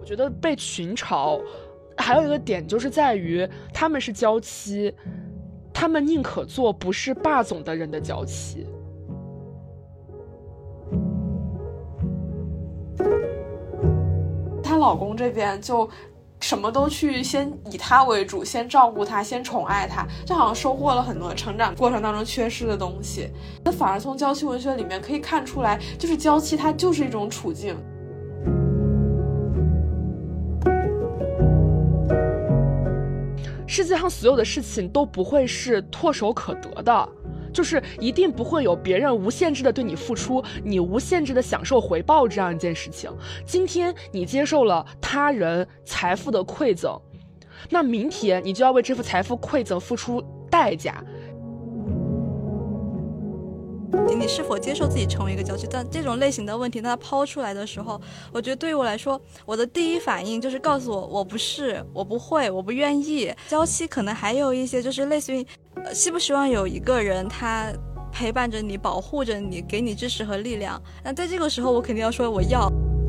我觉得被群嘲还有一个点就是在于他们是娇妻，他们宁可做不是霸总的人的娇妻。 她老公这边就什么都去先以她为主，先照顾她，先宠爱她，就好像收获了很多成长过程当中缺失的东西。那反而从娇妻文学里面可以看出来，就是娇妻它就是一种处境。 世界上所有的事情都不会是唾手可得的，就是一定不会有别人无限制的对你付出，你无限制的享受回报这样一件事情。今天你接受了他人财富的馈赠，那明天你就要为这份财富馈赠付出代价。 你是否接受自己成为一个娇妻？但这种类型的问题它抛出来的时候，我觉得对于我来说，我的第一反应就是告诉我，我不是，我不会，我不愿意。娇妻可能还有一些就是类似于希不希望有一个人他陪伴着你，保护着你，给你支持和力量。那在这个时候我肯定要说我要。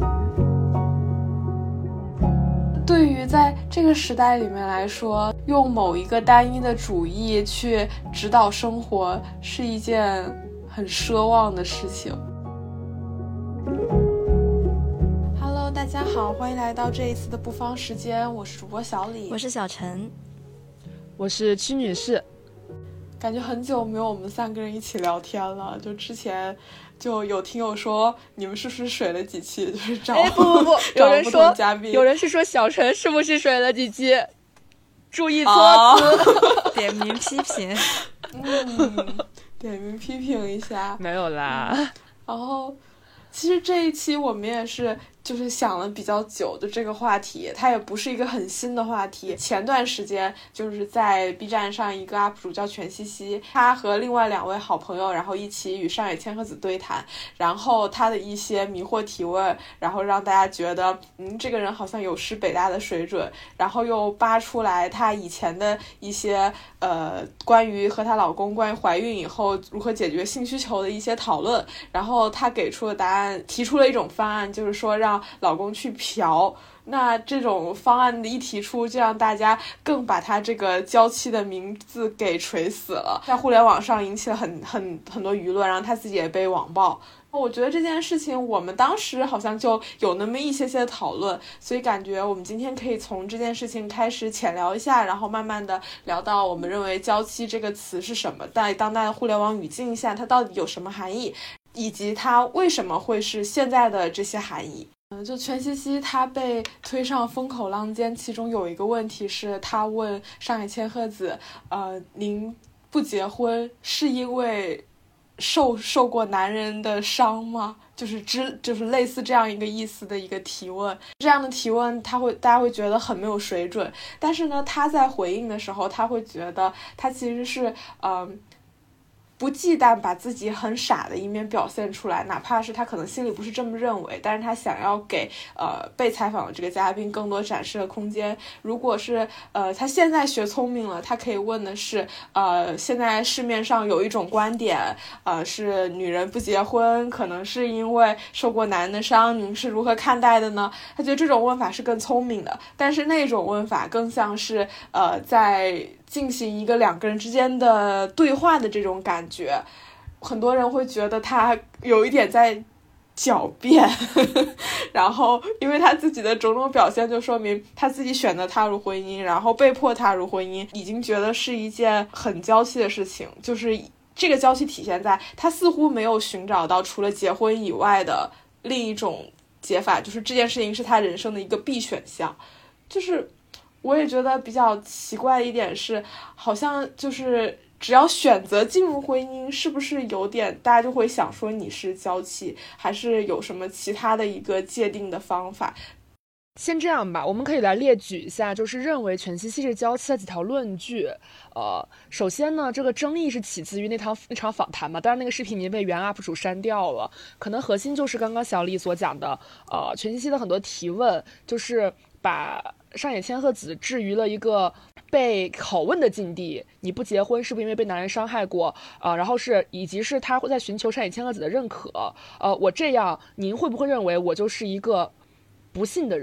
对于在这个时代里面来说，用某一个单一的主义去指导生活是一件很奢望的事情。Hello， 大家好，欢迎来到这一次的不方时间，我是主播小李， 我是小陈， 我是屈女士。 感觉很久没有我们三个人一起聊天了，就之前就有听友说你们是不是水了几期，就是找不有人说嘉宾， 有人是说小陈是不是水了几期，注意措辞， 点名批评。 点名批评一下。 没有啦。 然后其实这一期我们也是就是想了比较久的这个话题，它也不是一个很新的话题。前段时间就是在 B 站上一个 UP 主叫全西西，他和另外2位好朋友然后一起与上野千鹤子对谈，然后他的一些迷惑提问，然后让大家觉得这个人好像有失北大的水准，然后又扒出来他以前的一些关于和她老公关于怀孕以后如何解决性需求的一些讨论，然后他给出的答案提出了一种方案，就是说让老公去嫖。那这种方案的一提出，就让大家更把他这个娇妻的名字给锤死了，在互联网上引起了很多舆论，然后他自己也被网暴。我觉得这件事情我们当时好像就有那么一些的讨论，所以感觉我们今天可以从这件事情开始浅聊一下，然后慢慢的聊到我们认为娇妻这个词是什么，在当代的互联网语境下它到底有什么含义，以及它为什么会是现在的这些含义。就全西西他被推上风口浪尖，其中有一个问题是他问上野千鹤子您不结婚是因为受过男人的伤吗？就是类似这样一个意思的一个提问。这样的提问大家会觉得很没有水准，但是呢他在回应的时候他会觉得他其实是不忌惮把自己很傻的一面表现出来，哪怕是他可能心里不是这么认为，但是他想要给被采访的这个嘉宾更多展示的空间。如果是他现在学聪明了，他可以问的是现在市面上有一种观点是女人不结婚可能是因为受过男人的伤，您是如何看待的呢？他觉得这种问法是更聪明的，但是那种问法更像是在进行一个2个人之间的对话的这种感觉。很多人会觉得他有一点在狡辩然后因为他自己的种种表现就说明他自己选择踏入婚姻，然后被迫踏入婚姻，已经觉得是一件很娇气的事情。就是这个娇气体现在他似乎没有寻找到除了结婚以外的另一种解法，就是这件事情是他人生的一个必选项。就是我也觉得比较奇怪的一点是，好像就是只要选择进入婚姻，是不是有点大家就会想说你是娇妻，还是有什么其他的一个界定的方法？ 先这样吧，我们可以来列举一下，就是认为全西西是娇妻的几条论据。首先呢，这个争议是起自于那场访谈嘛，当然那个视频已经被原 UP 主删掉了，可能核心就是刚刚小李所讲的，全西西的很多提问，就是把上野千鹤子置于了一个被拷问的境地，你不结婚是不是因为被男人伤害过然后以及是他会在寻求上野千鹤子的认可，我这样您会不会认为我就是一个不幸的人？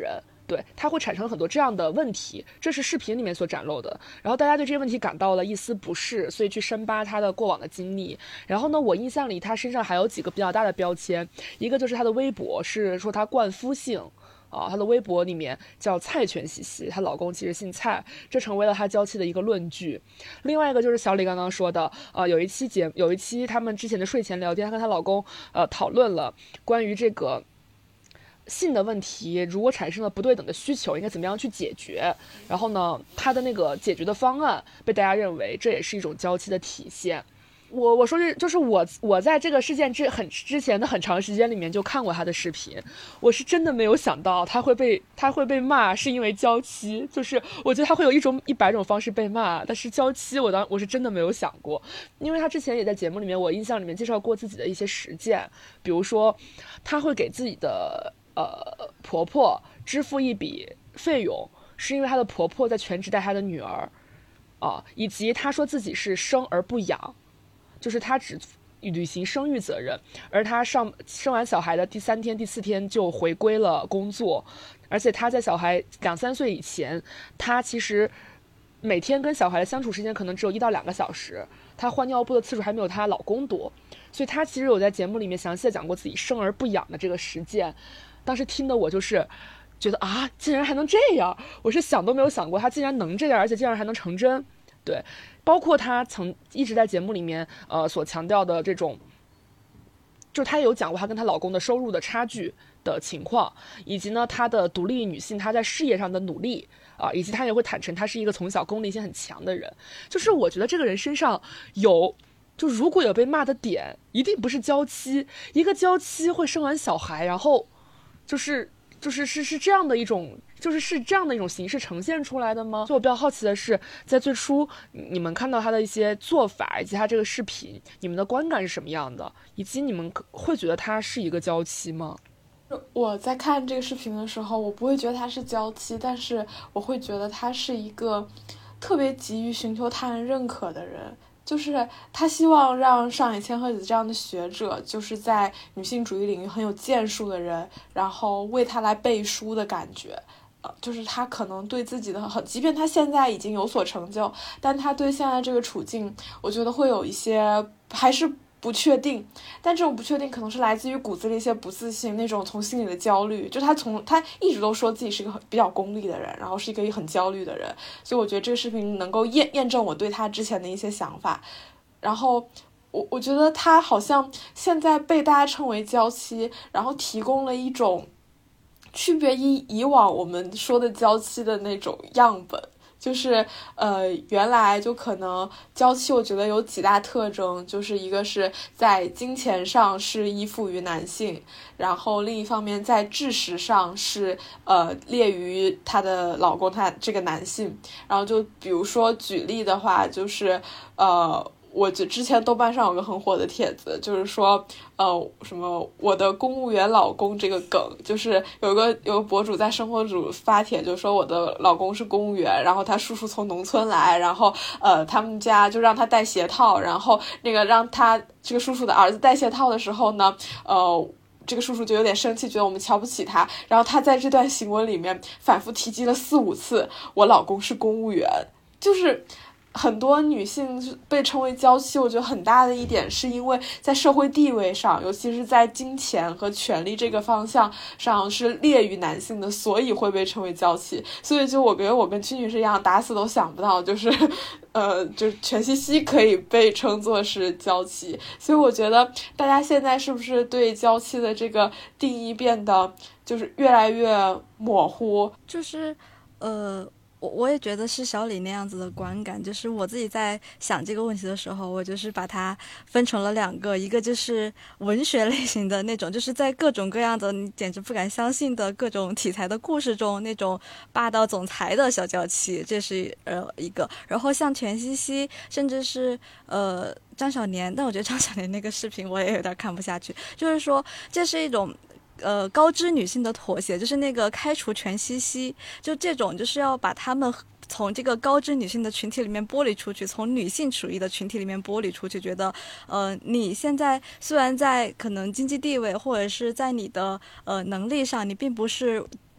对，它会产生很多这样的问题，这是视频里面所展露的。然后大家对这些问题感到了一丝不适，所以去深扒他的过往的经历。然后呢，我印象里他身上还有几个比较大的标签，一个就是他的微博是说他冠夫姓。她的微博里面叫蔡全熙熙，她老公其实姓蔡，这成为了她娇妻的一个论据。另外一个就是小李刚刚说的，有一期他们之前的睡前聊天，她跟她老公讨论了关于这个性的问题，如果产生了不对等的需求，应该怎么样去解决？然后呢，她的那个解决的方案被大家认为这也是一种娇妻的体现。我说就是我在这个事件之前的很长时间里面就看过他的视频，我是真的没有想到他会被骂是因为娇妻，就是我觉得他会有100种方式被骂，但是娇妻我是真的没有想过，因为他之前也在节目里面我印象里面介绍过自己的一些实践，比如说他会给自己的婆婆支付一笔费用，是因为他的婆婆在全职带他的女儿以及他说自己是生而不养，就是他只履行生育责任，而他生完小孩的第3天、第4天就回归了工作，而且他在小孩2-3岁以前，他其实每天跟小孩的相处时间可能只有1到2个小时，他换尿布的次数还没有她老公多，所以他其实有在节目里面详细的讲过自己生而不养的这个实践。当时听的我就是觉得竟然还能这样，我是想都没有想过他竟然能这样，而且竟然还能成真。对，包括她曾一直在节目里面所强调的这种，就是她有讲过她跟她老公的收入的差距的情况，以及呢她的独立女性她在事业上的努力以及她也会坦诚她是一个从小功利性很强的人。就是我觉得这个人身上就如果有被骂的点，一定不是娇妻，一个娇妻会生完小孩，然后是这样的一种，是这样的一种形式呈现出来的吗？所以我比较好奇的是，在最初你们看到他的一些做法以及他这个视频，你们的观感是什么样的，以及你们会觉得他是一个娇妻吗？ 我在看这个视频的时候，我不会觉得他是娇妻，但是我会觉得他是一个特别急于寻求他人认可的人。就是他希望让上野千鹤子这样的学者，就是在女性主义领域很有建树的人，然后为他来背书的感觉。就是他可能对自己的即便他现在已经有所成就，但他对现在这个处境，我觉得会有一些还是不确定，但这种不确定可能是来自于骨子里一些不自信，那种从心里的焦虑。就他一直都说自己是一个比较功利的人，然后是一个很焦虑的人，所以我觉得这个视频能够验证我对他之前的一些想法。然后我觉得他好像现在被大家称为娇妻，然后提供了一种区别于以往我们说的娇妻的那种样本。就是原来就可能娇妻我觉得有几大特征，就是一个是在金钱上是依附于男性，然后另一方面在知识上是劣于她的老公他这个男性。然后就比如说举例的话，就是我之前豆瓣上有个很火的帖子，就是说什么我的公务员老公这个梗，就是有个博主在生活组发帖，就说我的老公是公务员，然后他叔叔从农村来，然后他们家就让他戴鞋套，然后那个让他这个叔叔的儿子戴鞋套的时候呢这个叔叔就有点生气，觉得我们瞧不起他，然后他在这段行文里面反复提及了4-5次我老公是公务员。就是很多女性被称为娇妻，我觉得很大的一点是因为在社会地位上，尤其是在金钱和权力这个方向上是劣于男性的，所以会被称为娇妻。所以就我觉得我跟屈女士一样，打死都想不到就是全茜茜可以被称作是娇妻。所以我觉得大家现在是不是对娇妻的这个定义变得就是越来越模糊？ 就是我也觉得是小李那样子的观感，就是我自己在想这个问题的时候，我就是把它分成了2个，一个就是文学类型的那种，就是在各种各样的你简直不敢相信的各种题材的故事中那种霸道总裁的小娇妻，这是一个。然后像全茜茜甚至是张小年，但我觉得张小年那个视频我也有点看不下去，就是说这是一种高知女性的妥协，就是那个开除全茜茜，就这种就是要把她们从这个高知女性的群体里面剥离出去，从女性主义的群体里面剥离出去，觉得你现在虽然在可能经济地位或者是在你的能力上你并不是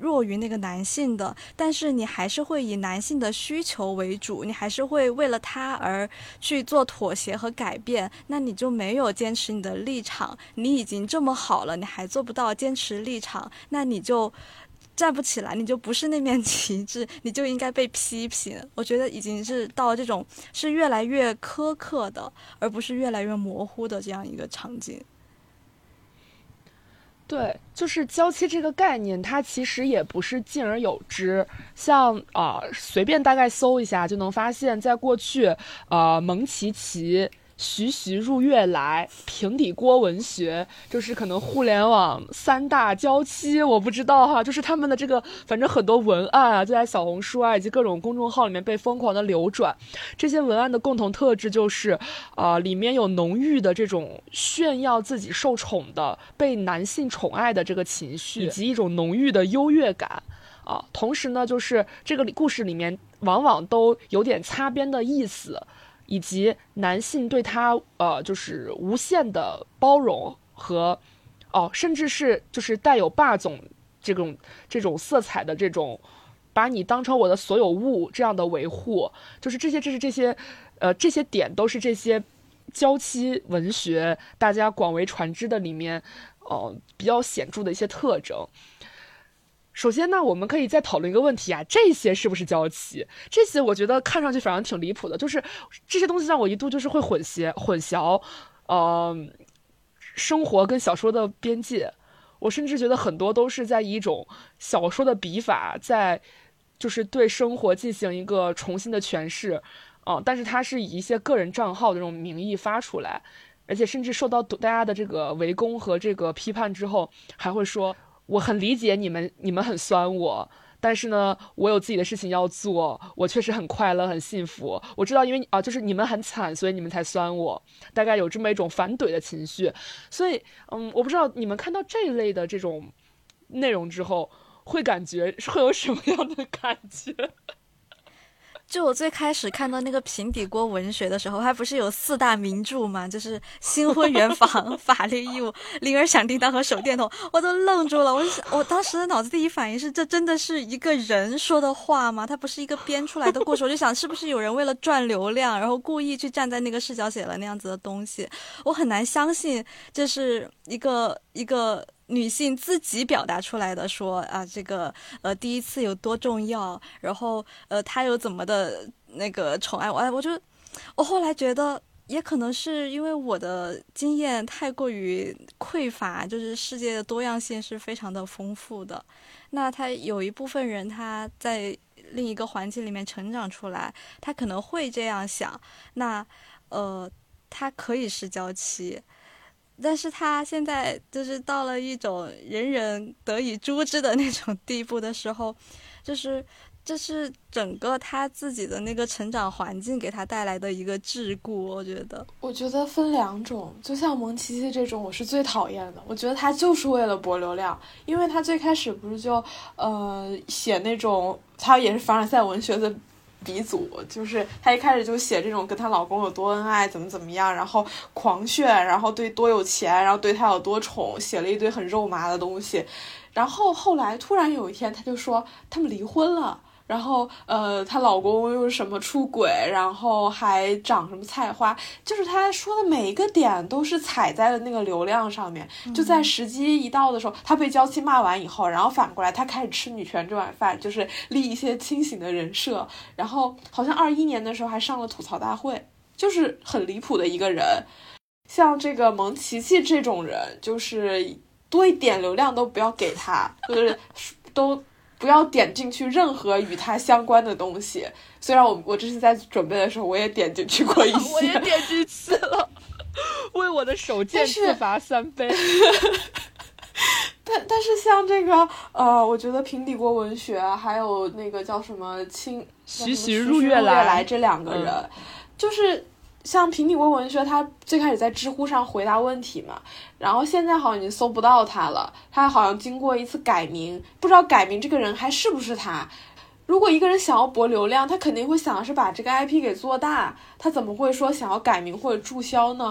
弱于那个男性的，但是你还是会以男性的需求为主，你还是会为了他而去做妥协和改变，那你就没有坚持你的立场。你已经这么好了，你还做不到坚持立场，那你就站不起来，你就不是那面旗帜，你就应该被批评。我觉得已经是到这种是越来越苛刻的，而不是越来越模糊的这样一个场景。 对，就是娇妻这个概念，它其实也不是敬而有之。像随便大概搜一下就能发现，在过去，蒙奇奇、徐徐入月来、平底锅文学，就是可能互联网3大娇妻，我不知道哈，就是他们的这个，反正很多文案啊，就在小红书啊以及各种公众号里面被疯狂的流转。这些文案的共同特质就是，里面有浓郁的这种炫耀自己受宠的、被男性宠爱的这个情绪，以及一种浓郁的优越感。同时呢，就是这个故事里面往往都有点擦边的意思。以及男性对他就是无限的包容和甚至是就是带有霸总这种色彩的这种把你当成我的所有物这样的维护，就是这些点都是这些娇妻文学大家广为传知的里面比较显著的一些特征。首先呢，我们可以再讨论一个问题啊，这些是不是娇妻？这些我觉得看上去反正挺离谱的，就是这些东西让我一度就是会混淆，生活跟小说的边界。我甚至觉得很多都是在以一种小说的笔法，在就是对生活进行一个重新的诠释，但是它是以一些个人账号的这种名义发出来，而且甚至受到大家的这个围攻和这个批判之后，还会说。我很理解你们很酸我，但是呢，我有自己的事情要做，我确实很快乐很幸福。我知道，因为就是你们很惨，所以你们才酸我，大概有这么一种反怼的情绪。所以，我不知道你们看到这一类的这种内容之后，会有什么样的感觉？ 就我最开始看到那个平底锅文学的时候，它不是有4大名著吗？就是新婚圆房、法律义务、铃儿响叮当和手电筒，我都愣住了。我当时的脑子第一反应是，这真的是一个人说的话吗？它不是一个编出来的故事。我就想，是不是有人为了赚流量，然后故意去站在那个视角写了那样子的东西？我很难相信这是一个女性自己表达出来的，说这个第一次有多重要，然后她有怎么的那个宠爱我。我后来觉得也可能是因为我的经验太过于匮乏，就是世界的多样性是非常的丰富的。那他有一部分人他在另一个环境里面成长出来，他可能会这样想，那他可以是娇妻。但是他现在就是到了一种人人得以诛之的那种地步的时候，这是整个他自己的那个成长环境给他带来的一个桎梏。我觉得分2种，就像蒙奇奇这种我是最讨厌的。我觉得他就是为了博流量，因为他最开始不是就写那种，他也是凡尔赛文学的鼻祖，就是她一开始就写这种跟她老公有多恩爱怎么样，然后狂炫，然后对多有钱，然后对她有多宠，写了一堆很肉麻的东西。然后后来突然有一天她就说他们离婚了，然后她老公又什么出轨，然后还长什么菜花，就是她说的每一个点都是踩在了那个流量上面。就在时机一到的时候，她被娇妻骂完以后，然后反过来她开始吃女权这碗饭，就是立一些清醒的人设。然后好像21年的时候还上了吐槽大会，就是很离谱的一个人。像这个蒙奇奇这种人，就是多一点流量都不要给他，就是都不要点进去任何与它相关的东西。虽然我这次在准备的时候我也点进去过一些， 我也点进去了，为我的手贱自罚3杯。 但是像这个我觉得平底锅文学还有那个叫什么徐徐入月来这2个人，就是像平底锅文学，他最开始在知乎上回答问题嘛，然后现在好像已经搜不到他了，他好像经过一次改名，不知道改名这个人还是不是他。如果一个人想要博流量，他肯定会想的是把这个 IP 给做大，他怎么会说想要改名或者注销呢？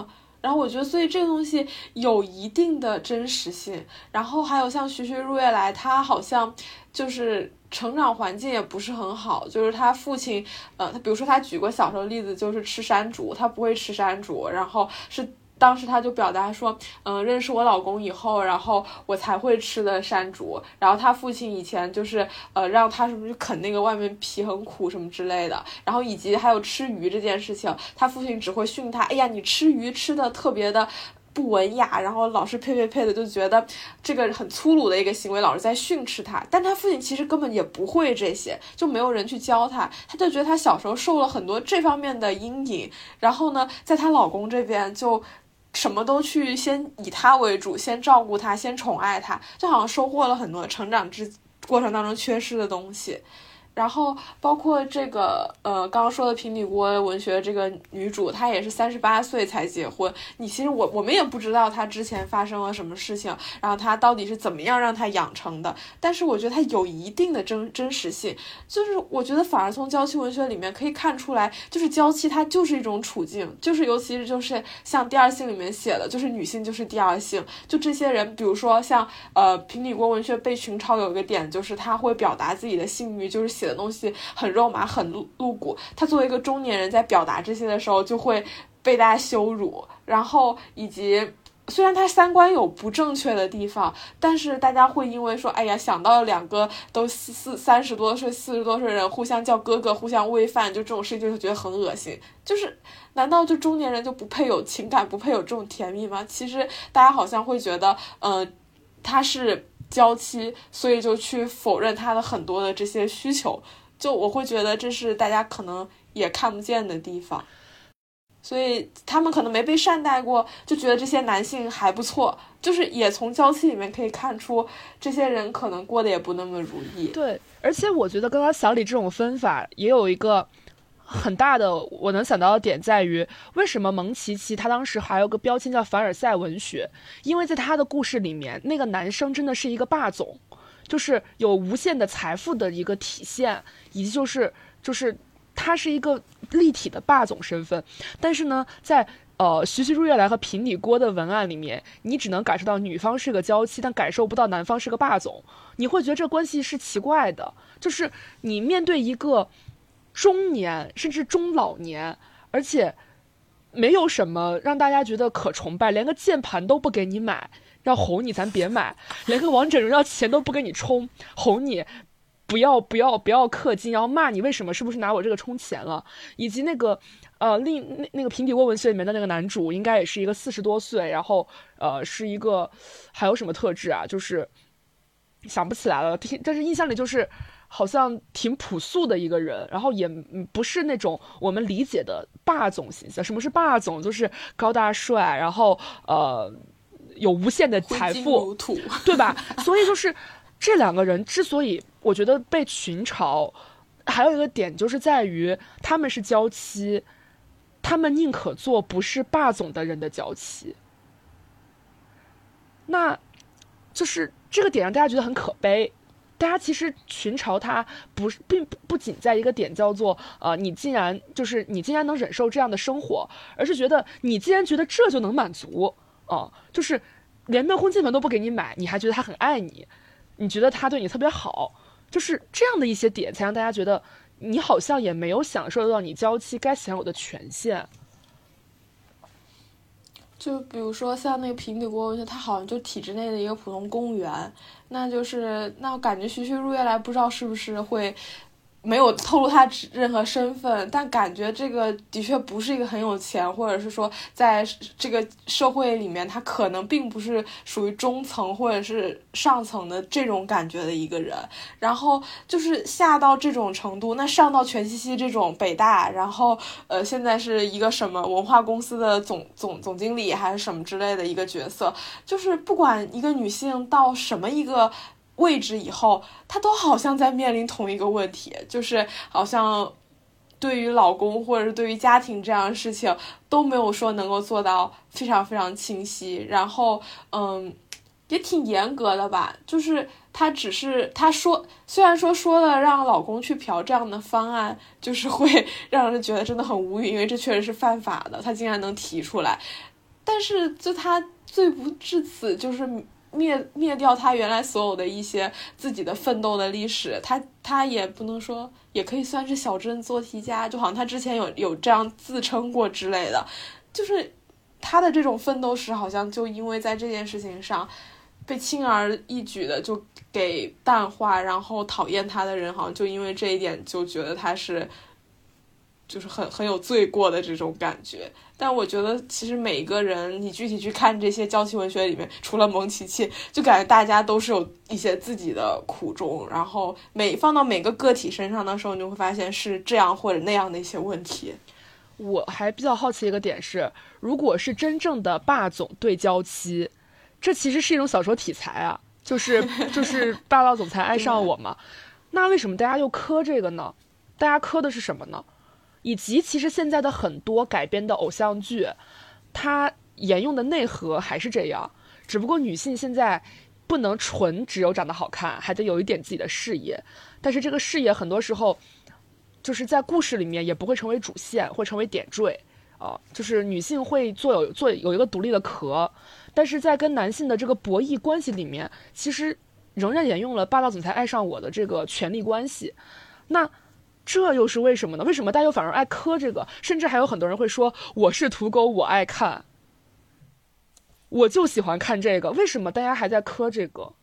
然后我觉得所以这个东西有一定的真实性。然后还有像徐徐入夜来，他好像就是成长环境也不是很好，就是他父亲他比如说他举过小时候的例子，就是吃山竹，他不会吃山竹，然后是当时他就表达说认识我老公以后，然后我才会吃的山竹。然后他父亲以前就是让他什么去啃那个外面皮很苦什么之类的，然后以及还有吃鱼这件事情，他父亲只会训他，哎呀你吃鱼吃的特别的不文雅，然后老是呸的，就觉得这个很粗鲁的一个行为，老是在训斥他。但他父亲其实根本也不会这些，就没有人去教他，他就觉得他小时候受了很多这方面的阴影。然后呢，在她老公这边就什么都去先以他为主，先照顾他，先宠爱他，就好像收获了很多成长过程当中缺失的东西。然后包括这个刚刚说的平底锅文学这个女主，她也是38岁才结婚。你其实我们也不知道她之前发生了什么事情，然后她到底是怎么样让她养成的。但是我觉得她有一定的真实性，就是我觉得反而从娇妻文学里面可以看出来，就是娇妻她就是一种处境，就是尤其是就是像第二性里面写的，就是女性就是第二性。就这些人，比如说像平底锅文学被群嘲有一个点，就是她会表达自己的性欲，就是写的东西很肉麻很露骨，他作为一个中年人在表达这些的时候就会被大家羞辱。然后以及虽然他三观有不正确的地方，但是大家会因为说哎呀想到两个都30多岁40多岁的人互相叫哥哥互相喂饭，就这种事情就觉得很恶心。就是难道就中年人就不配有情感，不配有这种甜蜜吗？其实大家好像会觉得他是娇妻，所以就去否认他的很多的这些需求。就我会觉得这是大家可能也看不见的地方，所以他们可能没被善待过，就觉得这些男性还不错。就是也从娇妻里面可以看出，这些人可能过得也不那么如意。 对，而且我觉得刚刚小李这种分法也有一个很大的我能想到的点，在于为什么蒙奇奇他当时还有个标签叫凡尔赛文学，因为在他的故事里面，那个男生真的是一个霸总，就是有无限的财富的一个体现，以及就是他是一个立体的霸总身份。但是呢，在徐徐入夜来和平底锅的文案里面，你只能感受到女方是个娇妻，但感受不到男方是个霸总。你会觉得这个关系是奇怪的，就是你面对一个中年甚至中老年，而且没有什么让大家觉得可崇拜，连个键盘都不给你买，要哄你咱别买，连个王者荣耀钱都不给你充，哄你不要氪金，然后骂你为什么是不是拿我这个充钱了。以及那个那个平底锅文学里面的那个男主应该也是一个40多岁，然后是一个还有什么特质啊，就是想不起来了，但是印象里就是好像挺朴素的一个人，然后也不是那种我们理解的霸总形象。什么是霸总？就是高大帅，然后有无限的财富，对吧？所以就是这两个人之所以我觉得被群嘲，还有一个点就是在于他们是娇妻，他们宁可做不是霸总的人的娇妻。那就是这个点让大家觉得很可悲。大家其实群嘲他并不仅在一个点叫做你竟然能忍受这样的生活，而是觉得你既然觉得这就能满足就是连面婚键盘都不给你买，你还觉得他很爱你，你觉得他对你特别好，就是这样的一些点才让大家觉得你好像也没有享受到你娇妻该享有的权限。 就比如说像那个平底锅文学，它好像就体制内的一个普通公务员，那我感觉徐徐入夜来不知道是不是会没有透露他任何身份，但感觉这个的确不是一个很有钱，或者是说在这个社会里面他可能并不是属于中层或者是上层的这种感觉的一个人。然后就是下到这种程度，那上到全西西这种北大，然后现在是一个什么文化公司的总经理还是什么之类的一个角色，就是不管一个女性到什么一个位置以后，她都好像在面临同一个问题，就是好像对于老公或者是对于家庭这样的事情都没有说能够做到非常非常清晰。然后也挺严格的吧，就是她虽然说了让老公去嫖这样的方案，就是会让人觉得真的很无语，因为这确实是犯法的，她竟然能提出来。 但是就他罪不至死，就是灭掉他原来所有的一些自己的奋斗的历史，他也不能说，也可以算是小镇做题家，就好像他之前有这样自称过之类的，就是他的这种奋斗史好像就因为在这件事情上被轻而易举的就给淡化，然后讨厌他的人好像就因为这一点就觉得他是就是很有罪过的这种感觉。但我觉得其实每一个人你具体去看这些娇妻文学里面，除了蒙奇奇，就感觉大家都是有一些自己的苦衷，然后放到每个个体身上的时候，你就会发现是这样或者那样的一些问题。 我还比较好奇一个点是，如果是真正的霸总对娇妻，这其实是一种小说题材啊，就是霸道总裁爱上我嘛。那为什么大家又磕这个呢？大家磕的是什么呢？以及其实现在的很多改编的偶像剧，它沿用的内核还是这样，只不过女性现在不能纯只有长得好看，还得有一点自己的事业。但是这个事业很多时候就是在故事里面也不会成为主线，会成为点缀就是女性会有一个独立的壳，但是在跟男性的这个博弈关系里面，其实仍然沿用了霸道总裁爱上我的这个权力关系。那这又是为什么呢？为什么大家又反而爱磕这个？甚至还有很多人会说，我是土狗，我爱看，我就喜欢看这个，为什么大家还在磕这个？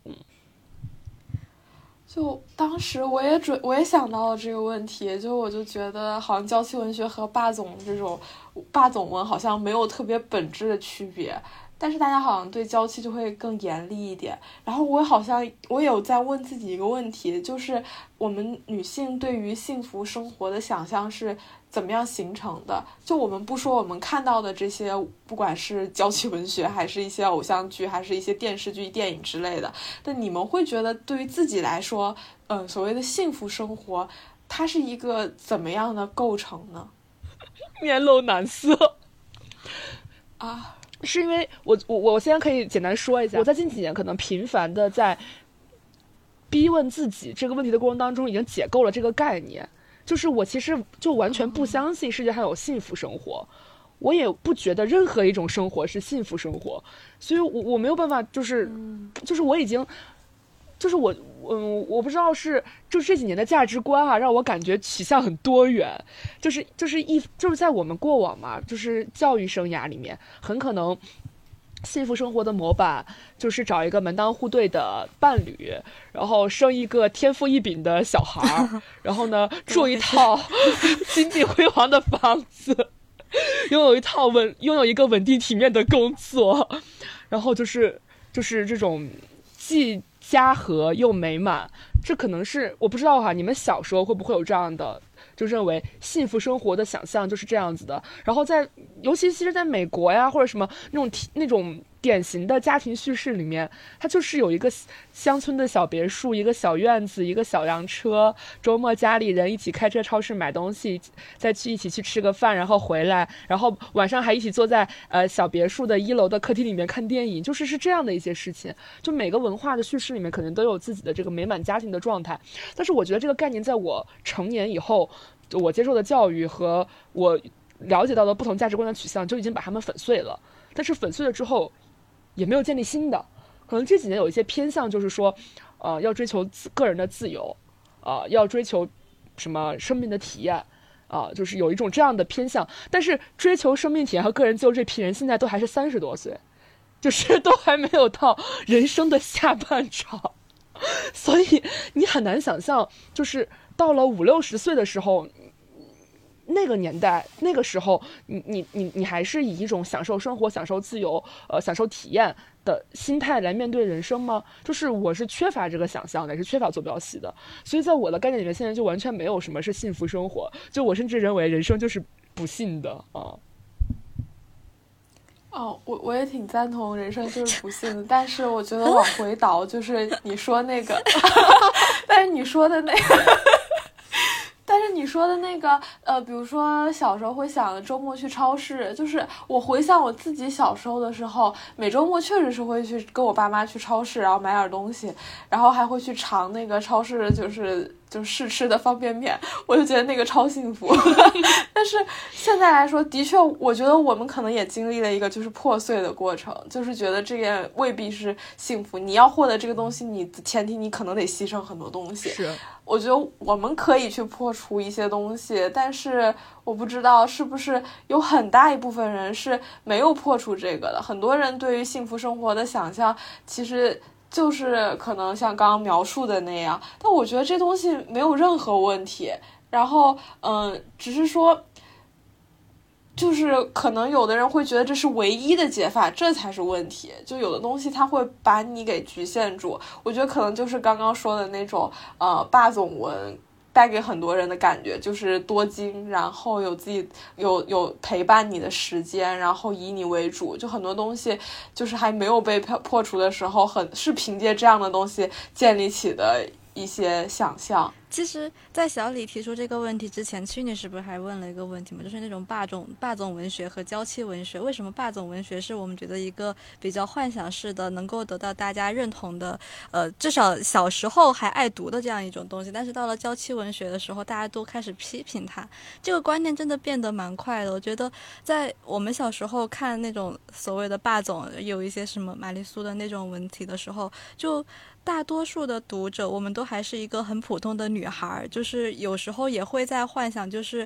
就当时我也想到了这个问题，我就觉得好像娇妻文学和霸总这种霸总文好像没有特别本质的区别，但是大家好像对娇妻就会更严厉一点。然后我有在问自己一个问题，就是我们女性对于幸福生活的想象是怎么样形成的？就我们不说我们看到的这些，不管是娇妻文学，还是一些偶像剧，还是一些电视剧、电影之类的，但你们会觉得对于自己来说，所谓的幸福生活，它是一个怎么样的构成呢？ 面露难色啊。 是因为我现在可以简单说一下，我在近几年可能频繁的在逼问自己这个问题的过程当中，已经解构了这个概念。就是我其实就完全不相信世界上有幸福生活，我也不觉得任何一种生活是幸福生活，所以我没有办法，就是我已经，就是我不知道是就这几年的价值观啊，让我感觉取向很多元，就是在我们过往嘛，就是教育生涯里面，很可能幸福生活的模板就是找一个门当户对的伴侣，然后生一个天赋异禀的小孩，然后呢住一套金碧辉煌的房子，拥有一个稳定体面的工作，然后就是这种既家和又美满。这可能是我不知道你们小时候会不会有这样的就认为幸福生活的想象就是这样子的。然后尤其是在美国呀，或者什么那种典型的家庭叙事里面，它就是有一个乡村的小别墅，一个小院子，一个小洋车，周末家里人一起开车超市买东西，再一起去吃个饭，然后回来，然后晚上还一起坐在小别墅的1楼的客厅里面看电影，是这样的一些事情。就每个文化的叙事里面可能都有自己的这个美满家庭的状态，但是我觉得这个概念在我成年以后，我接受的教育和我了解到的不同价值观的取向就已经把它们粉碎了。但是粉碎了之后也没有建立新的，可能这几年有一些偏向，就是说要追求个人的自由，要追求什么生命的体验，就是有一种这样的偏向。但是追求生命体验和个人自由这批人现在都还是30多岁，就是都还没有到人生的下半场，所以你很难想象，就是到了50、60岁的时候，那个年代那个时候你还是以一种享受生活、享受自由、享受体验的心态来面对人生吗？就是我是缺乏这个想象的，也是缺乏坐标系的。所以在我的概念里面，现在就完全没有什么是幸福生活，就我甚至认为人生就是不幸的啊。 我也挺赞同人生就是不幸的，但是我觉得往回倒，就是你说那个但是你说的那个比如说小时候会想周末去超市，就是我回想我自己小时候的时候，每周末确实是会去跟我爸妈去超市，然后买点东西，然后还会去尝那个超市就是就试吃的方便面，我就觉得那个超幸福。但是现在来说，的确我觉得我们可能也经历了一个就是破碎的过程，就是觉得这个未必是幸福，你要获得这个东西，你的前提你可能得牺牲很多东西。 是， 我觉得我们可以去破除一些东西，但是我不知道是不是有很大一部分人是没有破除这个的。很多人对于幸福生活的想象其实就是可能像刚刚描述的那样，但我觉得这东西没有任何问题。然后只是说就是可能有的人会觉得这是唯一的解法，这才是问题。就有的东西它会把你给局限住，我觉得可能就是刚刚说的那种霸总文带给很多人的感觉，就是多金，然后有自己有陪伴你的时间，然后以你为主，就很多东西就是还没有被破除的时候，是凭借这样的东西建立起的一些想象。 其实在小李提出这个问题之前，曲女士不是还问了一个问题吗？就是那种霸总文学和娇妻文学，为什么霸总文学是我们觉得一个比较幻想式的，能够得到大家认同的至少小时候还爱读的这样一种东西，但是到了娇妻文学的时候，大家都开始批评它。这个观念真的变得蛮快的。我觉得在我们小时候看那种所谓的霸总，有一些什么玛丽苏的那种文体的时候，就大多数的读者我们都还是一个很普通的女孩，就是有时候也会在幻想，就是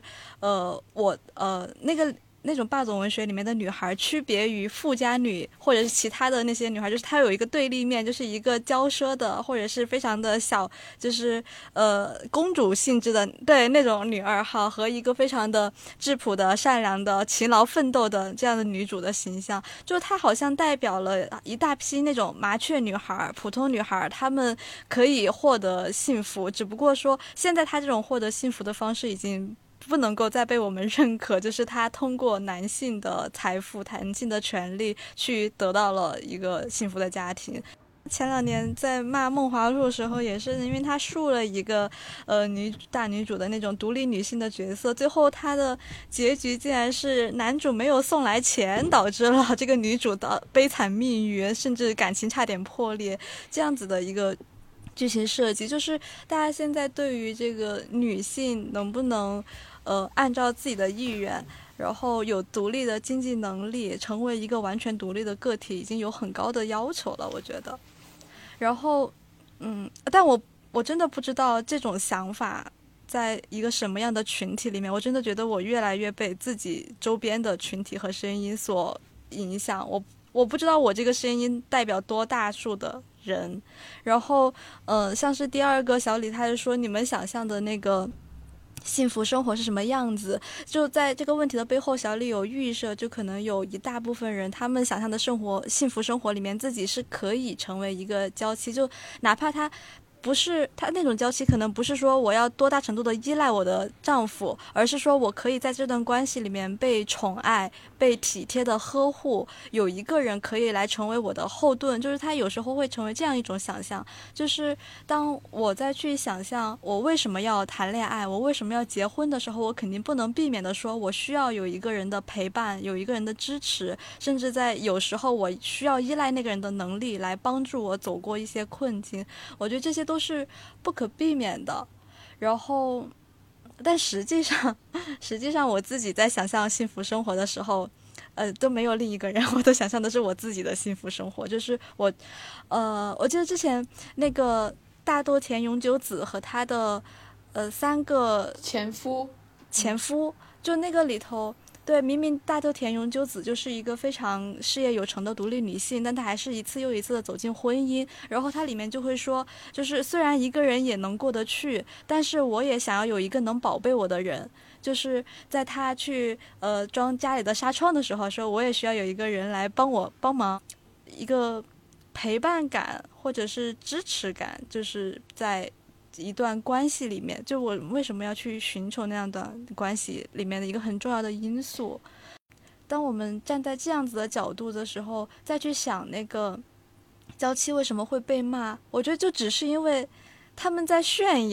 那种霸总文学里面的女孩区别于富家女或者是其他的那些女孩，就是她有一个对立面，就是一个娇奢的或者是非常的小，就是公主性质的，对，那种女二号，和一个非常的质朴的善良的勤劳奋斗的这样的女主的形象，就她好像代表了一大批那种麻雀女孩普通女孩，她们可以获得幸福，只不过说现在她这种获得幸福的方式已经不能够再被我们认可，就是他通过男性的财富、男性的权利去得到了一个幸福的家庭。前两年在骂《梦华录》的时候，也是因为他树了一个大女主的那种独立女性的角色，最后他的结局竟然是男主没有送来钱，导致了这个女主的悲惨命运，甚至感情差点破裂，这样子的一个剧情设计。就是大家现在对于这个女性能不能按照自己的意愿，然后有独立的经济能力，成为一个完全独立的个体，已经有很高的要求了，我觉得。然后但我真的不知道这种想法在一个什么样的群体里面，我真的觉得我越来越被自己周边的群体和声音所影响，我不知道我这个声音代表多大数的人。然后像是第二个小李，他就说你们想象的那个幸福生活是什么样子，就在这个问题的背后，小李有预设，就可能有一大部分人他们想象的幸福生活里面，自己是可以成为一个娇妻，就哪怕他不是他那种娇妻，可能不是说我要多大程度的依赖我的丈夫，而是说我可以在这段关系里面被宠爱，被体贴的呵护，有一个人可以来成为我的后盾。就是他有时候会成为这样一种想象，就是当我再去想象我为什么要谈恋爱，我为什么要结婚的时候，我肯定不能避免的说我需要有一个人的陪伴，有一个人的支持，甚至在有时候我需要依赖那个人的能力来帮助我走过一些困境。我觉得这些都是不可避免的。然后但实际上我自己在想象幸福生活的时候都没有另一个人，我都想象的是我自己的幸福生活。就是我记得之前那个大豆田永久子和他的3个前夫，就那个里头，对，明明大豆田永久子就是一个非常事业有成的独立女性，但她还是一次又一次的走进婚姻。然后她里面就会说，就是虽然一个人也能过得去，但是我也想要有一个能宝贝我的人。就是在她去装家里的纱窗的时候说，我也需要有一个人来帮忙，一个陪伴感或者是支持感，就是在一段关系里面，就我为什么要去寻求那样的关系里面的一个很重要的因素。当我们站在这样子的角度的时候，再去想那个娇妻为什么会被骂，我觉得就只是因为他们在炫耀，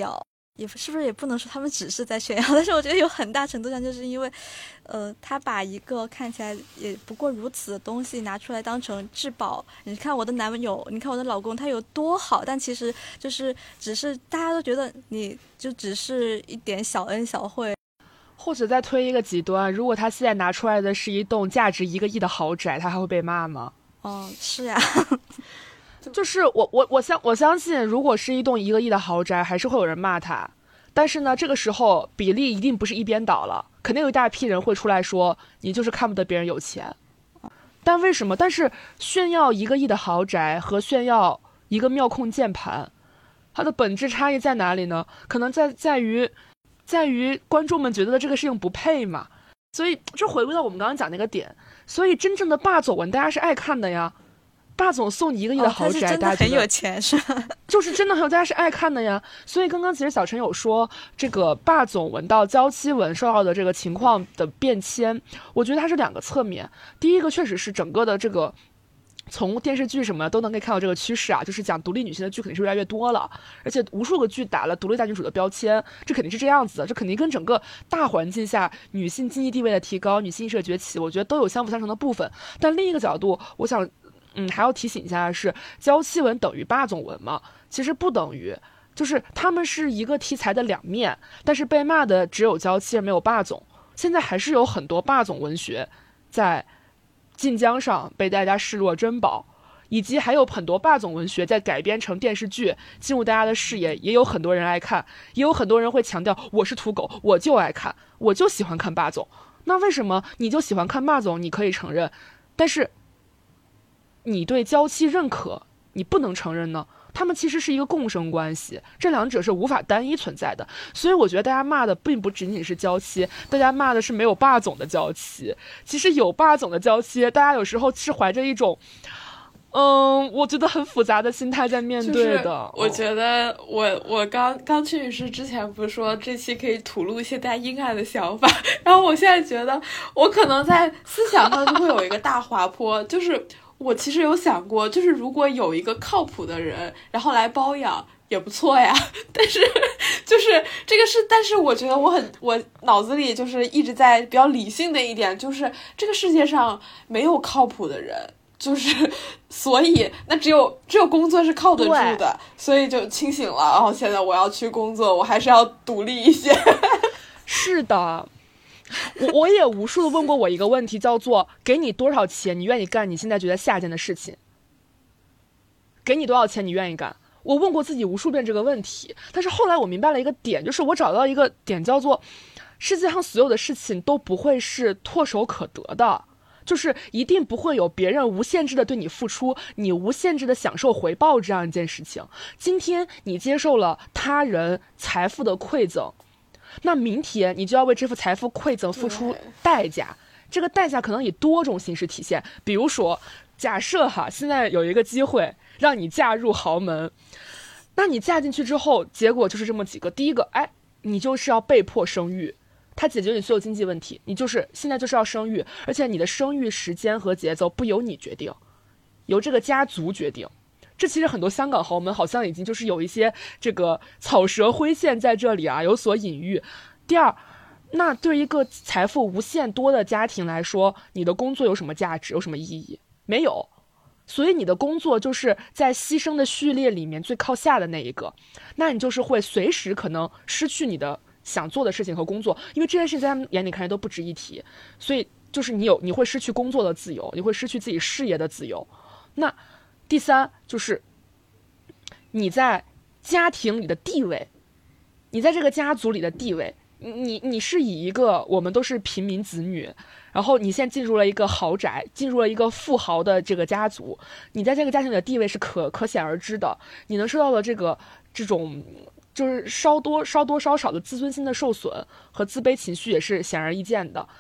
也是不是也不能说他们只是在炫耀，但是我觉得有很大程度上就是因为，他把一个看起来也不过如此的东西拿出来当成至宝。你看我的男友，你看我的老公，他有多好，但其实就是只是大家都觉得你就只是一点小恩小惠。 或者再推一个极端，如果他现在拿出来的是一栋价值1个亿的豪宅，他还会被骂吗？ 是呀。 就是我相信，如果是一栋1个亿的豪宅，还是会有人骂他。但是呢，这个时候比例一定不是一边倒了，肯定有一大批人会出来说你就是看不得别人有钱。但为什么？但是炫耀1个亿的豪宅和炫耀一个妙控键盘，它的本质差异在哪里呢？可能在于观众们觉得这个事情不配嘛。所以这回归到我们刚刚讲那个点，所以真正的霸总文大家是爱看的呀。霸总送你1个亿的豪宅， 他是真的很有钱是吧？ 就是真的很有，大家是爱看的呀。所以刚刚其实小陈有说，这个霸总文到娇妻文受到的这个情况的变迁，我觉得它是2个侧面。第一个确实是整个的这个从电视剧什么都能可以看到这个趋势啊，就是讲独立女性的剧肯定是越来越多了，而且无数个剧打了独立大女主的标签，这肯定是这样子的，这肯定跟整个大环境下女性经济地位的提高、女性意识的崛起，我觉得都有相辅相成的部分。但另一个角度，我想还要提醒一下的是，娇妻文等于霸总文吗？其实不等于，就是他们是一个题材的2面，但是被骂的只有娇妻而没有霸总。现在还是有很多霸总文学在晋江上被大家视若珍宝，以及还有很多霸总文学在改编成电视剧进入大家的视野，也有很多人爱看，也有很多人会强调我是土狗，我就爱看，我就喜欢看霸总。那为什么你就喜欢看霸总？你可以承认，但是你对娇妻认可你不能承认呢？他们其实是一个共生关系，这2者是无法单一存在的。所以我觉得大家骂的并不仅仅是娇妻，大家骂的是没有霸总的娇妻。其实有霸总的娇妻，大家有时候是怀着一种我觉得很复杂的心态在面对的。 我觉得我刚去女士之前不是说这期可以吐露一些大家阴暗的想法，然后我现在觉得我可能在思想上就会有一个大滑坡，就是我其实有想过，就是如果有一个靠谱的人然后来包养也不错呀，但是就是这个是，但是我觉得我脑子里就是一直在比较理性的一点，就是这个世界上没有靠谱的人，就是所以那只有工作是靠得住的，所以就清醒了。然后现在我要去工作，我还是要独立一些。 是的，我也无数的问过我一个问题，叫做给你多少钱你愿意干你现在觉得下贱的事情？给你多少钱你愿意干？我问过自己无数遍这个问题，但是后来我明白了一个点，就是我找到一个点，叫做世界上所有的事情都不会是唾手可得的，就是一定不会有别人无限制的对你付出，你无限制的享受回报这样一件事情。今天你接受了他人财富的馈赠，那明天你就要为这份财富馈赠付出代价，这个代价可能以多种形式体现。比如说假设现在有一个机会让你嫁入豪门，那你嫁进去之后结果就是这么几个。第一个，你就是要被迫生育，它解决你所有经济问题，你就是现在就是要生育，而且你的生育时间和节奏不由你决定，由这个家族决定。这其实很多香港豪门好像已经就是有一些这个草蛇灰线在这里有所隐喻。第二，那对一个财富无限多的家庭来说，你的工作有什么价值，有什么意义？没有。所以你的工作就是在牺牲的序列里面最靠下的那一个，那你就是会随时可能失去你的想做的事情和工作，因为这件事情在他们眼里看来都不值一提，所以就是你会失去工作的自由，你会失去自己事业的自由。那第三就是你在家庭里的地位，你在这个家族里的地位，你是以一个我们都是平民子女，然后你现在进入了一个豪宅，进入了一个富豪的这个家族，你在这个家庭里的地位是可显而知的，你能受到的这种就是稍多稍少的自尊心的受损和自卑情绪也是显而易见的。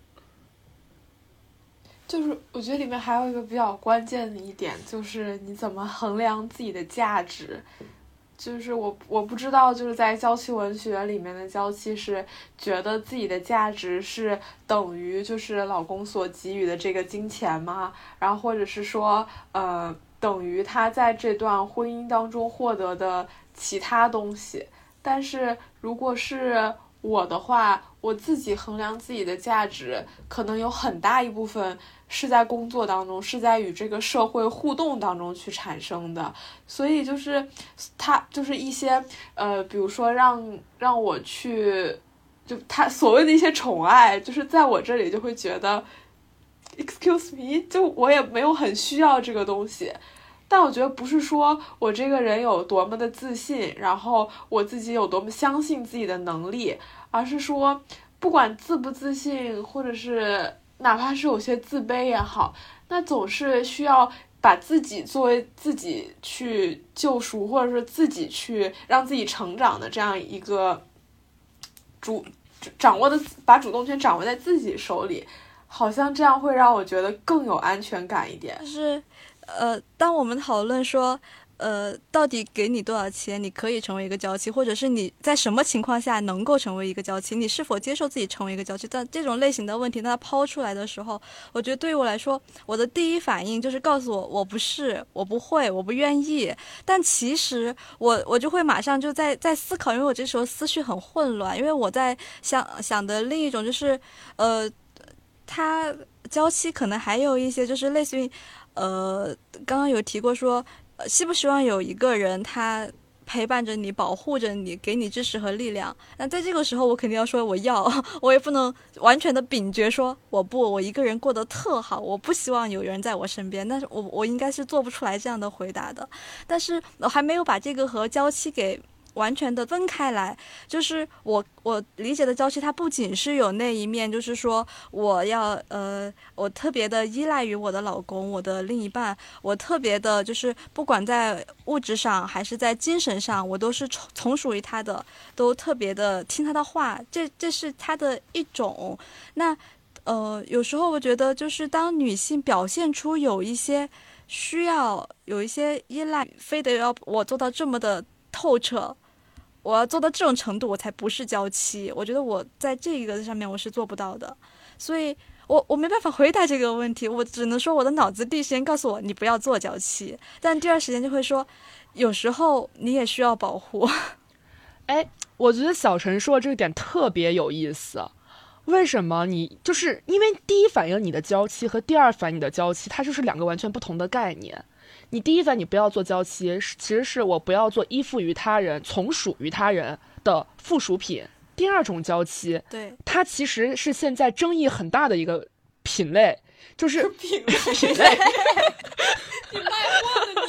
就是我觉得里面还有一个比较关键的一点，就是你怎么衡量自己的价值。就是我不知道，就是在娇妻文学里面的娇妻是觉得自己的价值是等于就是老公所给予的这个金钱吗？然后或者是说等于他在这段婚姻当中获得的其他东西。 但是如果是我的话，我自己衡量自己的价值，可能有很大一部分是在工作当中，是在与这个社会互动当中去产生的。所以就是他就是一些比如说让我去，就他所谓的一些宠爱，就是在我这里就会觉得 excuse me， 就我也没有很需要这个东西。但我觉得不是说我这个人有多么的自信，然后我自己有多么相信自己的能力，而是说不管自不自信，或者是哪怕是有些自卑也好，那总是需要把自己作为自己去救赎，或者是自己去让自己成长的这样一个把主动权掌握在自己手里，好像这样会让我觉得更有安全感一点。 就是当我们讨论说到底给你多少钱你可以成为一个娇妻，或者是你在什么情况下能够成为一个娇妻，你是否接受自己成为一个娇妻，但这种类型的问题它抛出来的时候，我觉得对于我来说，我的第一反应就是告诉我不是，我不会，我不愿意。但其实我就会马上就在思考，因为我这时候思绪很混乱，因为我在想的另一种就是他娇妻可能还有一些就是类似于刚刚有提过说希不希望有一个人他陪伴着你，保护着你，给你支持和力量。那在这个时候我肯定要说我要，我也不能完全的秉绝说我一个人过得特好，我不希望有人在我身边。但是我应该是做不出来这样的回答的。但是我还没有把这个和娇妻给完全的分开来，就是我理解的娇妻，它不仅是有那一面，就是说我特别的依赖于我的老公，我的另一半，我特别的就是不管在物质上还是在精神上，我都是从属于他的，都特别的听他的话，这是他的一种。那有时候我觉得就是当女性表现出有一些需要，有一些依赖，非得要我做到这么的透彻，我要做到这种程度我才不是娇妻，我觉得我在这个上面我是做不到的。所以我没办法回答这个问题，我只能说我的脑子第一时间告诉我你不要做娇妻，但第二时间就会说有时候你也需要保护。 哎，我觉得小陈说的这个点特别有意思。为什么你就是因为第一反应你的娇妻和第二反应你的娇妻，它就是两个完全不同的概念。你第一反应你不要做娇妻，其实是我不要做依附于他人、从属于他人的附属品。第二种娇妻， 对， 它其实是现在争议很大的一个品类，就是品类你卖货的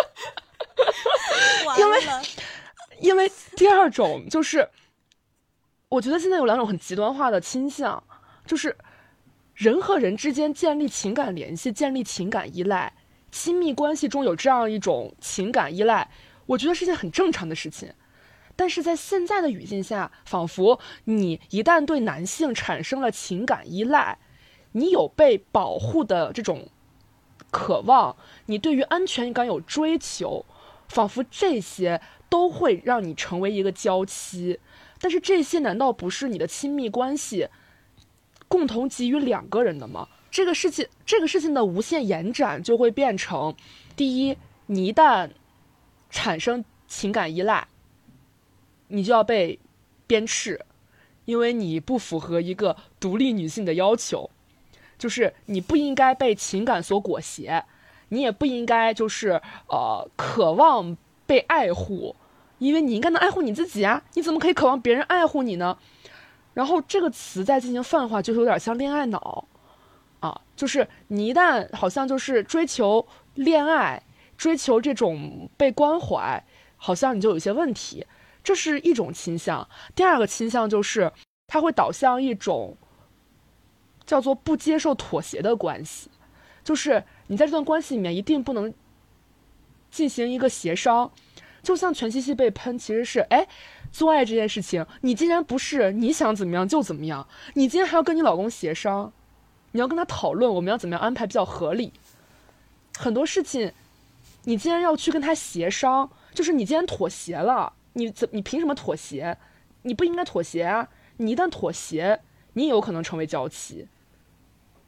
你完了。 因为第二种就是我觉得现在有两种很极端化的倾向，就是人和人之间建立情感联系，建立情感依赖，亲密关系中有这样一种情感依赖，我觉得是件很正常的事情。但是在现在的语境下，仿佛你一旦对男性产生了情感依赖，你有被保护的这种渴望，你对于安全感有追求，仿佛这些都会让你成为一个娇妻。但是这些难道不是你的亲密关系共同给予两个人的吗？这个事情的无限延展就会变成，第一，你一旦产生情感依赖，你就要被鞭笞，因为你不符合一个独立女性的要求，就是你不应该被情感所裹挟，你也不应该就是渴望被爱护，因为你应该能爱护你自己啊，你怎么可以渴望别人爱护你呢？然后这个词再进行泛化，就是有点像恋爱脑啊，就是你一旦好像就是追求恋爱，追求这种被关怀，好像你就有一些问题，这是一种倾向。第二个倾向就是它会导向一种叫做不接受妥协的关系，就是你在这段关系里面一定不能进行一个协商。就像全茜茜被喷，其实是做爱这件事情，你既然不是你想怎么样就怎么样，你今天还要跟你老公协商，你要跟他讨论我们要怎么样安排比较合理。很多事情你既然要去跟他协商，就是你既然妥协了，你凭什么妥协？你不应该妥协啊！你一旦妥协，你也有可能成为娇妻。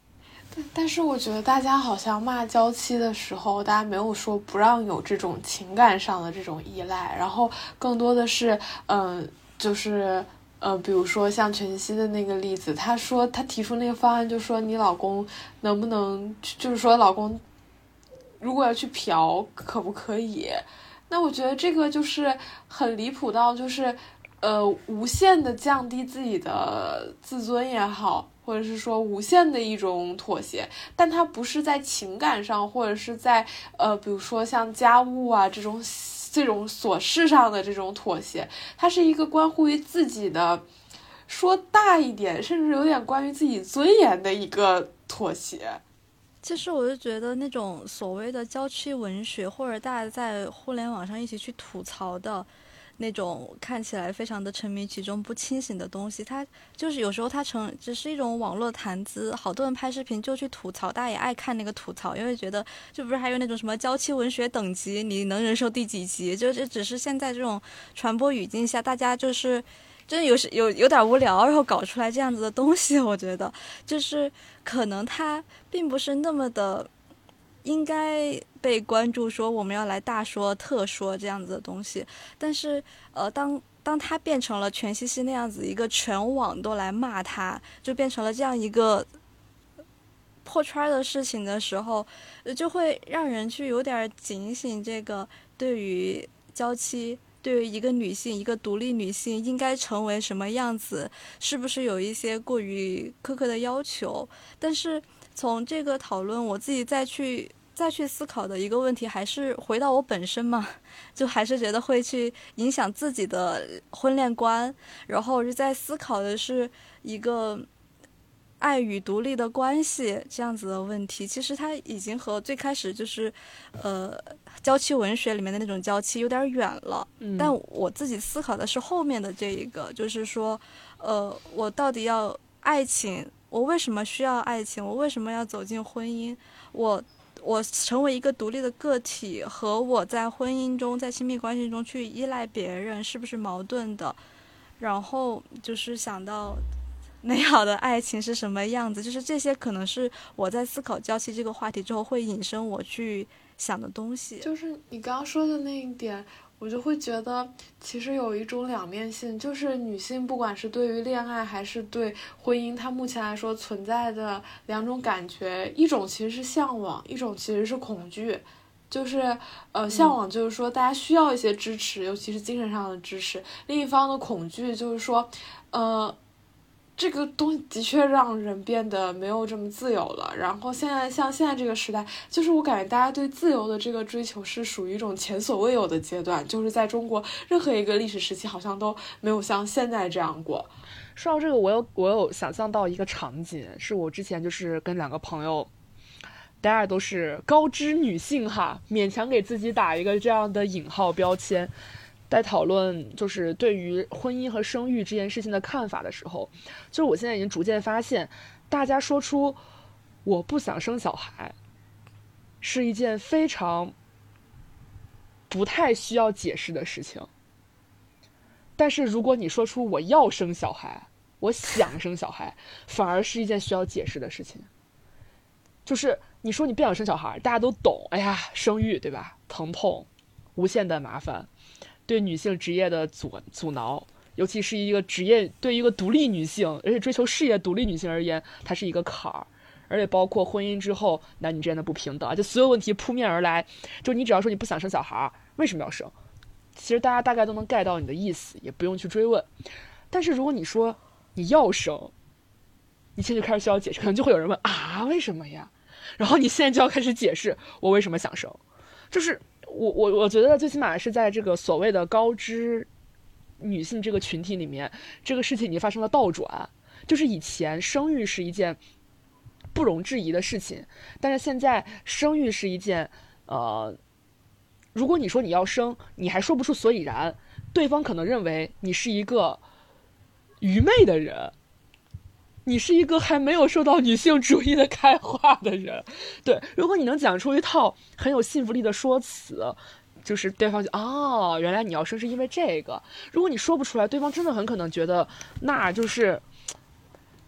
但是我觉得大家好像骂娇妻的时候，大家没有说不让有这种情感上的这种依赖，然后更多的是，就是比如说像全熙的那个例子，他提出那个方案，就说你老公能不能，就是说老公如果要去嫖，可不可以？那我觉得这个就是很离谱到，就是无限的降低自己的自尊也好。或者是说无限的一种妥协，但它不是在情感上，或者是在比如说像家务啊这种琐事上的这种妥协，它是一个关乎于自己的，说大一点，甚至有点关于自己尊严的一个妥协。 其实我就觉得那种所谓的娇妻文学，或者大家在互联网上一起去吐槽的那种看起来非常的沉迷其中不清醒的东西，它就是有时候它只是一种网络谈资，好多人拍视频就去吐槽，大家也爱看那个吐槽，因为觉得就不是还有那种什么娇妻文学等级，你能忍受第几集，就这只是现在这种传播语境下，大家就是真有点无聊，然后搞出来这样子的东西。我觉得就是可能它并不是那么的应该被关注，说我们要来大说特说这样子的东西，但是当它变成了全西西那样子一个全网都来骂他，就变成了这样一个破圈的事情的时候，就会让人去有点警醒，这个对于娇妻，对于一个女性，一个独立女性应该成为什么样子，是不是有一些过于苛刻的要求。但是从这个讨论，我自己再去思考的一个问题，还是回到我本身嘛，就还是觉得会去影响自己的婚恋观，然后是在思考的是一个爱与独立的关系这样子的问题。其实它已经和最开始就是娇妻文学里面的那种娇妻有点远了，但我自己思考的是后面的这一个，就是说我到底要爱情，我为什么需要爱情，我为什么要走进婚姻，我成为一个独立的个体和我在婚姻中在亲密关系中去依赖别人是不是矛盾的。然后就是想到美好的爱情是什么样子，就是这些可能是我在思考娇妻这个话题之后会引申我去想的东西。 就是你刚刚说的那一点，我就会觉得其实有一种两面性，就是女性不管是对于恋爱还是对婚姻，它目前来说存在的两种感觉，一种其实是向往，一种其实是恐惧。就是向往就是说大家需要一些支持，尤其是精神上的支持，另一方的恐惧就是说这个东西的确让人变得没有这么自由了。然后现在这个时代，就是我感觉大家对自由的这个追求是属于一种前所未有的阶段，就是在中国任何一个历史时期好像都没有像现在这样过。 说到这个，我有想象到一个场景，是我之前就是跟两个朋友，大家都是高知女性哈，勉强给自己打一个这样的引号标签，在讨论就是对于婚姻和生育这件事情的看法的时候，就是我现在已经逐渐发现，大家说出我不想生小孩是一件非常不太需要解释的事情，但是如果你说出我要生小孩，我想生小孩，反而是一件需要解释的事情。就是你说你不想生小孩，大家都懂，哎呀，生育对吧，疼痛，无限的麻烦，对女性职业的阻挠，尤其是一个职业对一个独立女性，而且追求事业独立女性而言，它是一个坎儿。而且包括婚姻之后男女之间的不平等，就所有问题扑面而来，就你只要说你不想生小孩，为什么要生，其实大家大概都能 get 到你的意思，也不用去追问。但是如果你说你要生，你现在就开始需要解释，可能就会有人问啊，为什么呀？然后你现在就要开始解释我为什么想生。就是我觉得最起码是在这个所谓的高知女性这个群体里面，这个事情已经发生了倒转。就是以前生育是一件不容置疑的事情，但是现在生育是一件如果你说你要生，你还说不出所以然，对方可能认为你是一个愚昧的人，你是一个还没有受到女性主义的开化的人。对，如果你能讲出一套很有信服力的说辞，就是对方就原来你要生是因为这个。如果你说不出来，对方真的很可能觉得那就是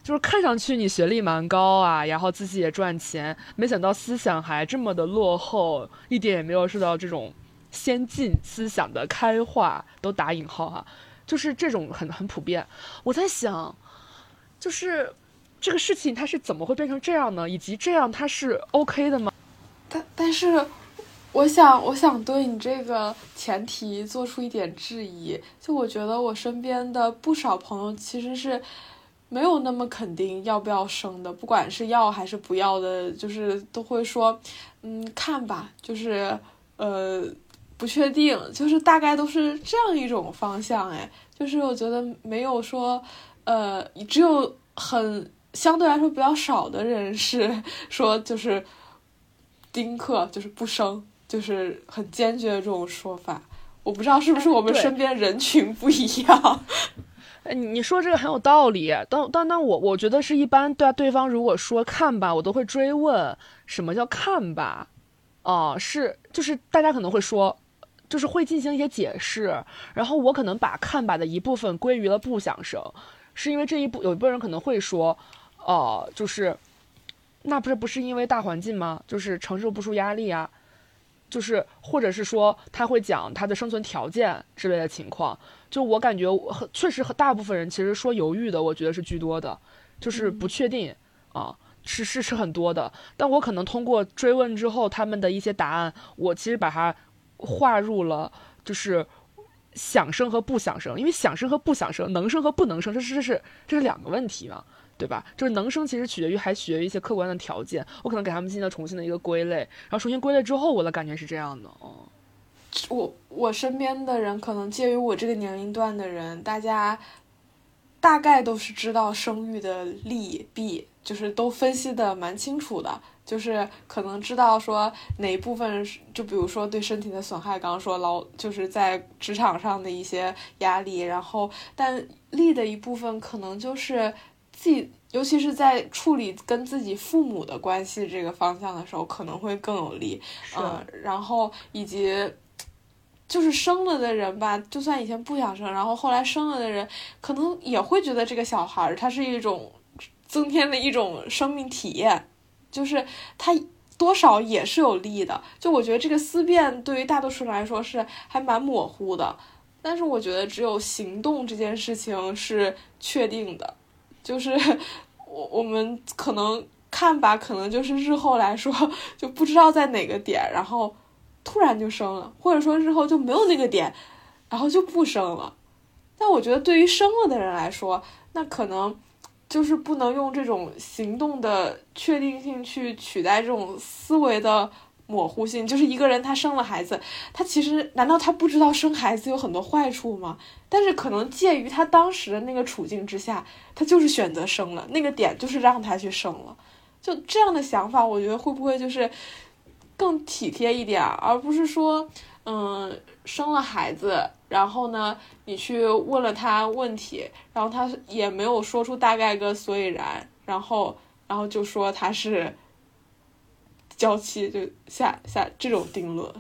就是看上去你学历蛮高啊，然后自己也赚钱，没想到思想还这么的落后，一点也没有受到这种先进思想的开化，都打引号哈，就是这种很普遍。我在想，就是这个事情它是怎么会变成这样呢？以及这样它是 OK 的吗？ 但是我想对你这个前提做出一点质疑。就我觉得我身边的不少朋友其实是没有那么肯定要不要生的，不管是要还是不要的，就是都会说看吧，就是不确定，就是大概都是这样一种方向。哎，就是我觉得没有说只有很相对来说比较少的人是说就是丁克，就是不生，就是很坚决的这种说法。我不知道是不是我们身边人群不一样。 你说这个很有道理，但我觉得是一般对方如果说看吧，我都会追问什么叫看吧，是就是大家可能会说，就是会进行一些解释，然后我可能把看吧的一部分归于了不想生，是因为有一部分人可能会说，就是那不是因为大环境吗？就是承受不住压力啊。就是或者是说他会讲他的生存条件之类的情况，就我感觉确实大部分人其实说犹豫的，我觉得是居多的，就是不确定是很多的。但我可能通过追问之后，他们的一些答案，我其实把它划入了就是想生和不想生，因为想生和不想生，能生和不能生，这是两个问题嘛。对吧？就是能生其实取决于一些客观的条件，我可能给他们进行了重新的一个归类，然后重新归类之后，我的感觉是这样的。 我身边的人可能介于我这个年龄段的人，大家大概都是知道生育的利弊，就是都分析的蛮清楚的，就是可能知道说哪一部分，就比如说对身体的损害，刚刚说就是在职场上的一些压力，然后但利的一部分可能就是自己，尤其是在处理跟自己父母的关系这个方向的时候，可能会更有利。然后以及就是生了的人吧，就算以前不想生，然后后来生了的人，可能也会觉得这个小孩他是一种增添了一种生命体验，就是他多少也是有利的。就我觉得这个思辨对于大多数人来说是还蛮模糊的，但是我觉得只有行动这件事情是确定的。就是我们可能看吧，可能就是日后来说就不知道在哪个点，然后突然就生了，或者说日后就没有那个点，然后就不生了。但我觉得对于生了的人来说，那可能就是不能用这种行动的确定性去取代这种思维的模糊性。就是一个人他生了孩子，他其实难道他不知道生孩子有很多坏处吗？但是可能介于他当时的那个处境之下，他就是选择生了，那个点就是让他去生了。就这样的想法，我觉得会不会就是更体贴一点，而不是说生了孩子，然后呢你去问了他问题，然后他也没有说出大概个所以然，然后就说他是娇妻，就下这种定论。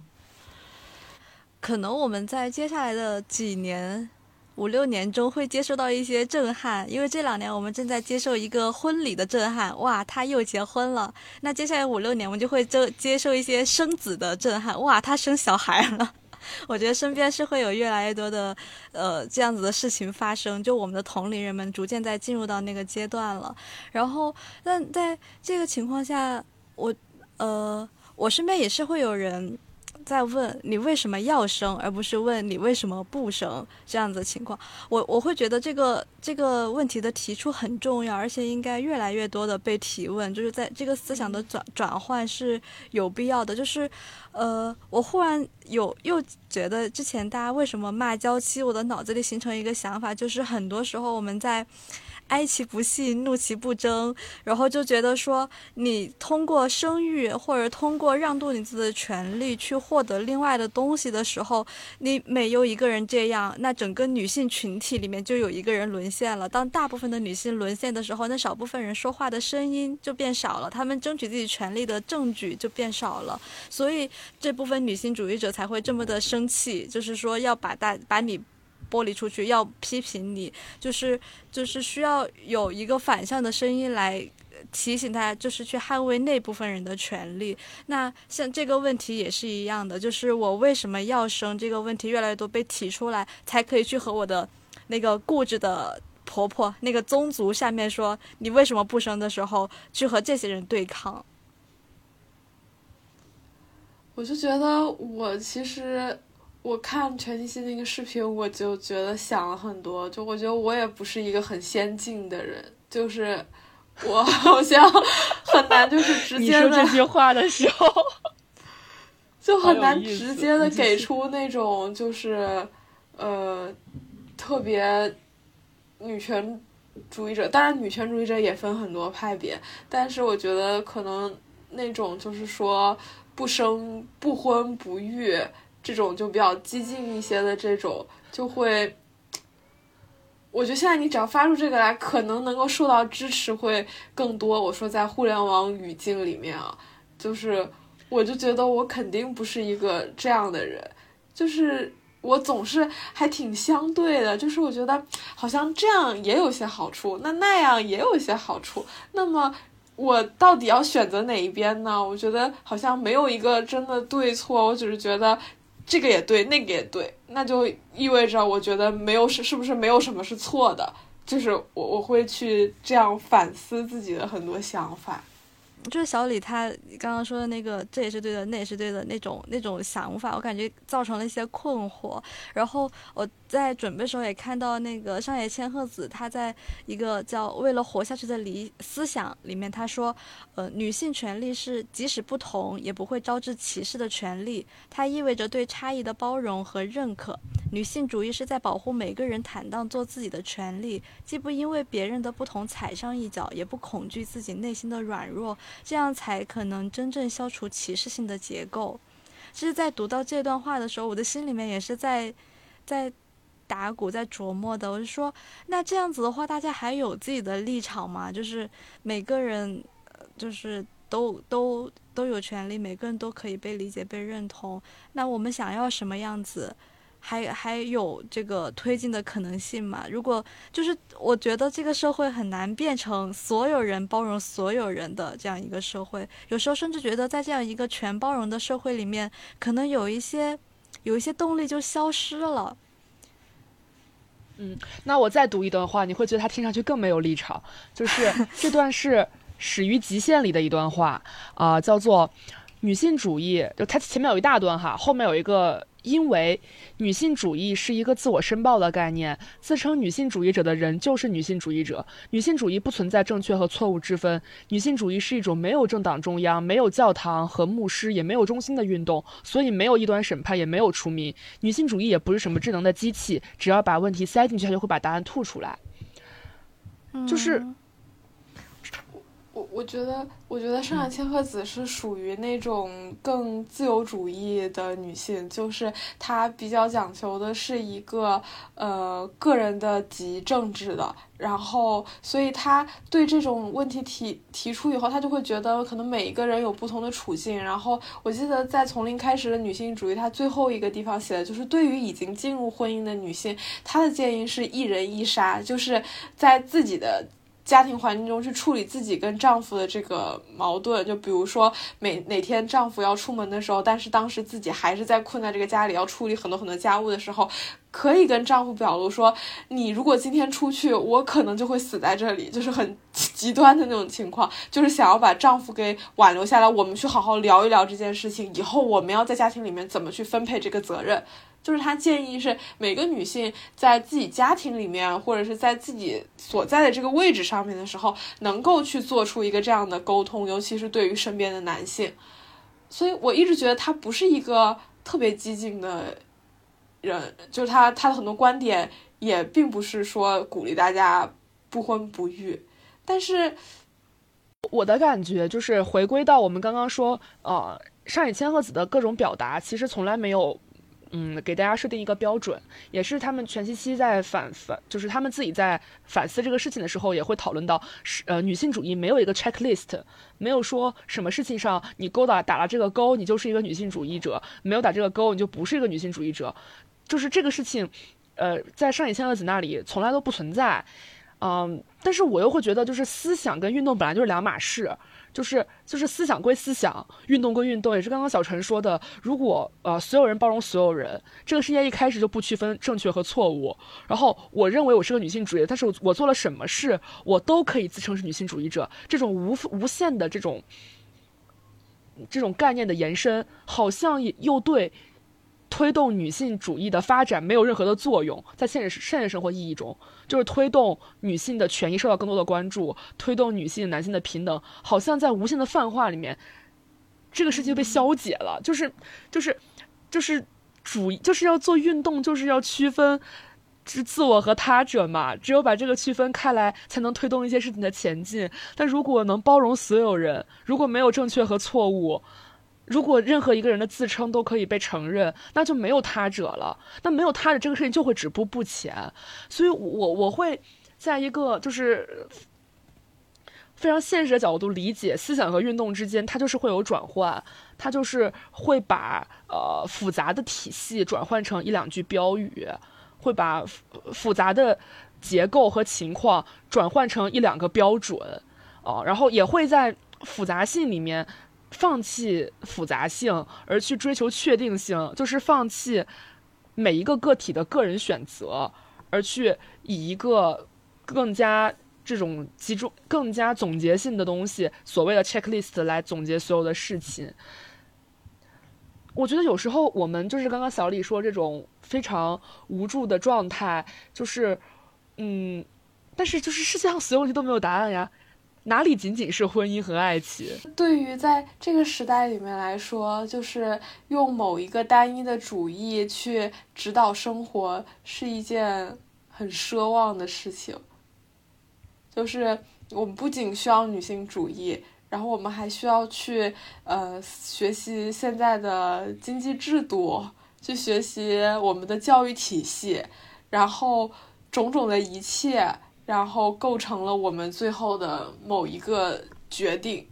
可能我们在接下来的几年5-6年中会接受到一些震撼，因为这2年我们正在接受一个婚礼的震撼，哇，他又结婚了。那接下来5-6年我们就会接受一些生子的震撼，哇，他生小孩了。我觉得身边是会有越来越多的这样子的事情发生，就我们的同龄人们逐渐在进入到那个阶段了。然后但在这个情况下，我身边也是会有人在问你为什么要生，而不是问你为什么不生这样子的情况。我会觉得这个问题的提出很重要，而且应该越来越多的被提问，就是在这个思想的转换是有必要的。就是我忽然又觉得之前大家为什么骂娇妻，我的脑子里形成一个想法，就是很多时候我们在哀其不幸，怒其不争，然后就觉得说你通过生育或者通过让渡你自己的权利去获得另外的东西的时候，你每有一个人这样，那整个女性群体里面就有一个人沦陷了。当大部分的女性沦陷的时候，那少部分人说话的声音就变少了，他们争取自己权利的证据就变少了，所以这部分女性主义者才会这么的生气，就是说要把你剥离出去，要批评你，就是需要有一个反向的声音来提醒他，就是去捍卫那部分人的权利。那像这个问题也是一样的，就是我为什么要生这个问题越来越多被提出来，才可以去和我的那个固执的婆婆那个宗族下面说你为什么不生的时候，去和这些人对抗。 我就觉得我看全西西那个视频，我就觉得想了很多，就我觉得我也不是一个很先进的人，就是我好像很难就是直接的你说这句话的时候就很难直接的给出那种就是特别女权主义者，当然女权主义者也分很多派别，但是我觉得可能那种就是说不生不婚不育这种就比较激进一些的这种，就会我觉得现在你只要发出这个来，可能能够受到支持会更多。我说在互联网语境里面啊，就是我就觉得我肯定不是一个这样的人，就是我总是还挺相对的，就是我觉得好像这样也有些好处，那样也有些好处，那么我到底要选择哪一边呢？我觉得好像没有一个真的对错，我只是觉得这个也对，那个也对，那就意味着我觉得没有是不是没有什么是错的，就是我会去这样反思自己的很多想法。 就是小李他刚刚说的那个这也是对的那也是对的那种想法，我感觉造成了一些困惑。然后我在准备的时候也看到那个上野千鹤子他在一个叫为了活下去的思想里面，他说女性权利是即使不同也不会招致歧视的权利，它意味着对差异的包容和认可。女性主义是在保护每个人坦荡做自己的权利，既不因为别人的不同踩上一脚，也不恐惧自己内心的软弱，这样才可能真正消除歧视性的结构。其实在读到这段话的时候，我的心里面也是在打鼓在琢磨的，我就说那这样子的话大家还有自己的立场吗？就是每个人就是都有权利，每个人都可以被理解被认同，那我们想要什么样子还有这个推进的可能性嘛？如果就是我觉得这个社会很难变成所有人包容所有人的这样一个社会，有时候甚至觉得在这样一个全包容的社会里面，可能有一些动力就消失了。 那我再读一段话，你会觉得他听上去更没有立场。就是这段是《始于极限》里的一段话叫做女性主义，就它前面有一大段哈，后面有一个因为女性主义是一个自我申报的概念，自称女性主义者的人就是女性主义者。女性主义不存在正确和错误之分，女性主义是一种没有政党中央、没有教堂和牧师、也没有中心的运动，所以没有异端审判，也没有除名。女性主义也不是什么智能的机器，只要把问题塞进去，它就会把答案吐出来。就是我觉得上野千鹤子是属于那种更自由主义的女性，就是她比较讲求的是一个个人的及政治的，然后所以她对这种问题提出以后，她就会觉得可能每一个人有不同的处境。然后我记得在从零开始的女性主义，她最后一个地方写的就是对于已经进入婚姻的女性，她的建议是一人一杀，就是在自己的家庭环境中去处理自己跟丈夫的这个矛盾，就比如说哪天丈夫要出门的时候，但是当时自己还是在困在这个家里要处理很多很多家务的时候，可以跟丈夫表露说，你如果今天出去，我可能就会死在这里，就是很极端的那种情况，就是想要把丈夫给挽留下来，我们去好好聊一聊这件事情，以后我们要在家庭里面怎么去分配这个责任。就是他建议是每个女性在自己家庭里面，或者是在自己所在的这个位置上面的时候，能够去做出一个这样的沟通，尤其是对于身边的男性。所以我一直觉得他不是一个特别激进的人，就是他的很多观点也并不是说鼓励大家不婚不育。但是我的感觉就是回归到我们刚刚说上野千鹤子的各种表达，其实从来没有给大家设定一个标准，也是他们全西西在就是他们自己在反思这个事情的时候，也会讨论到，女性主义没有一个 checklist， 没有说什么事情上你打了这个勾，你就是一个女性主义者，没有打这个勾，你就不是一个女性主义者。就是这个事情， 在上野千鹤子那里从来都不存在。但是我又会觉得，就是思想跟运动本来就是两码事，就是思想归思想，运动归运动，也是刚刚小陈说的，如果所有人包容所有人，这个世界一开始就不区分正确和错误。然后我认为我是个女性主义，但是我做了什么事，我都可以自称是女性主义者。这种无限的这种概念的延伸，好像又对推动女性主义的发展没有任何的作用。在现实生活意义中，就是推动女性的权益受到更多的关注，推动女性男性的平等，好像在无限的泛化里面，这个事情被消解了。就是主义就是要做运动，就是要区分自我和他者嘛，只有把这个区分开来，才能推动一些事情的前进。但如果能包容所有人，如果没有正确和错误，如果任何一个人的自称都可以被承认，那就没有他者了。那没有他者，这个事情就会止步不前。所以我会在一个就是非常现实的角度理解思想和运动之间，它就是会有转换，它就是会把复杂的体系转换成一两句标语，会把复杂的结构和情况转换成一两个标准，然后也会在复杂性里面放弃复杂性，而去追求确定性，就是放弃每一个个体的个人选择，而去以一个更加这种集中、更加总结性的东西，所谓的 checklist 来总结所有的事情。我觉得有时候我们就是刚刚小李说这种非常无助的状态，就是但是就是世界上所有问题都没有答案呀。哪里仅仅是婚姻和爱情？ 对于在这个时代里面来说，就是用某一个单一的主义去指导生活是一件很奢望的事情。就是我们不仅需要女性主义，然后我们还需要去学习现在的经济制度，去学习我们的教育体系，然后种种的一切，然后构成了我们最后的某一个决定。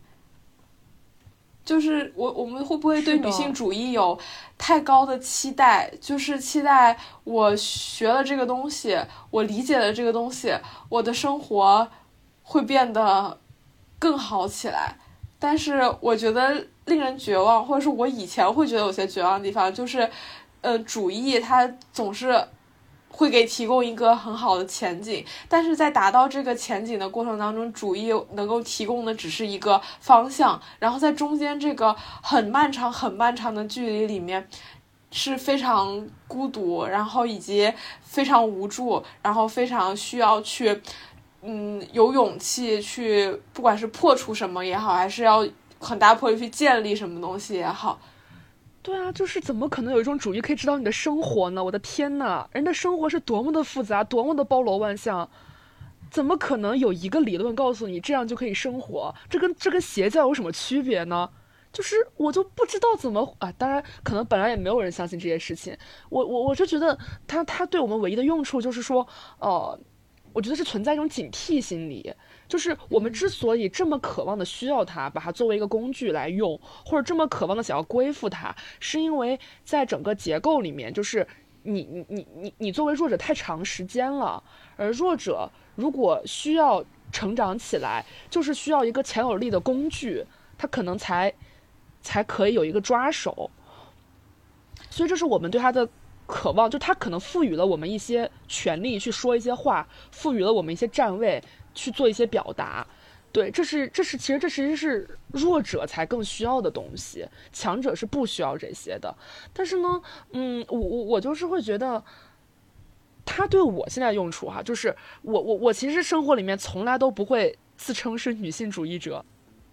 就是我们会不会对女性主义有太高的期待，就是期待我学了这个东西，我理解了这个东西，我的生活会变得更好起来。但是我觉得令人绝望，或者是我以前会觉得有些绝望的地方，就是主义它总是会给提供一个很好的前景，但是在达到这个前景的过程当中，主义能够提供的只是一个方向，然后在中间这个很漫长很漫长的距离里面是非常孤独，然后以及非常无助，然后非常需要去有勇气去，不管是破除什么也好，还是要很大魄力去建立什么东西也好。 对啊，就是怎么可能有一种主义可以指导你的生活呢？我的天哪，人的生活是多么的复杂，多么的包罗万象，怎么可能有一个理论告诉你这样就可以生活？这跟邪教有什么区别呢？就是我就不知道怎么啊，当然可能本来也没有人相信这些事情。我就觉得它对我们唯一的用处就是说，我觉得是存在一种警惕心理，就是我们之所以这么渴望的需要它，把它作为一个工具来用，或者这么渴望的想要归附它，是因为在整个结构里面，就是你作为弱者太长时间了，而弱者如果需要成长起来，就是需要一个强有力的工具，它可能才可以有一个抓手。所以这是我们对它的渴望，就他可能赋予了我们一些权利去说一些话，赋予了我们一些站位去做一些表达。对，这其实是弱者才更需要的东西，强者是不需要这些的。但是呢，我就是会觉得，它对我现在用处哈，就是我其实生活里面从来都不会自称是女性主义者。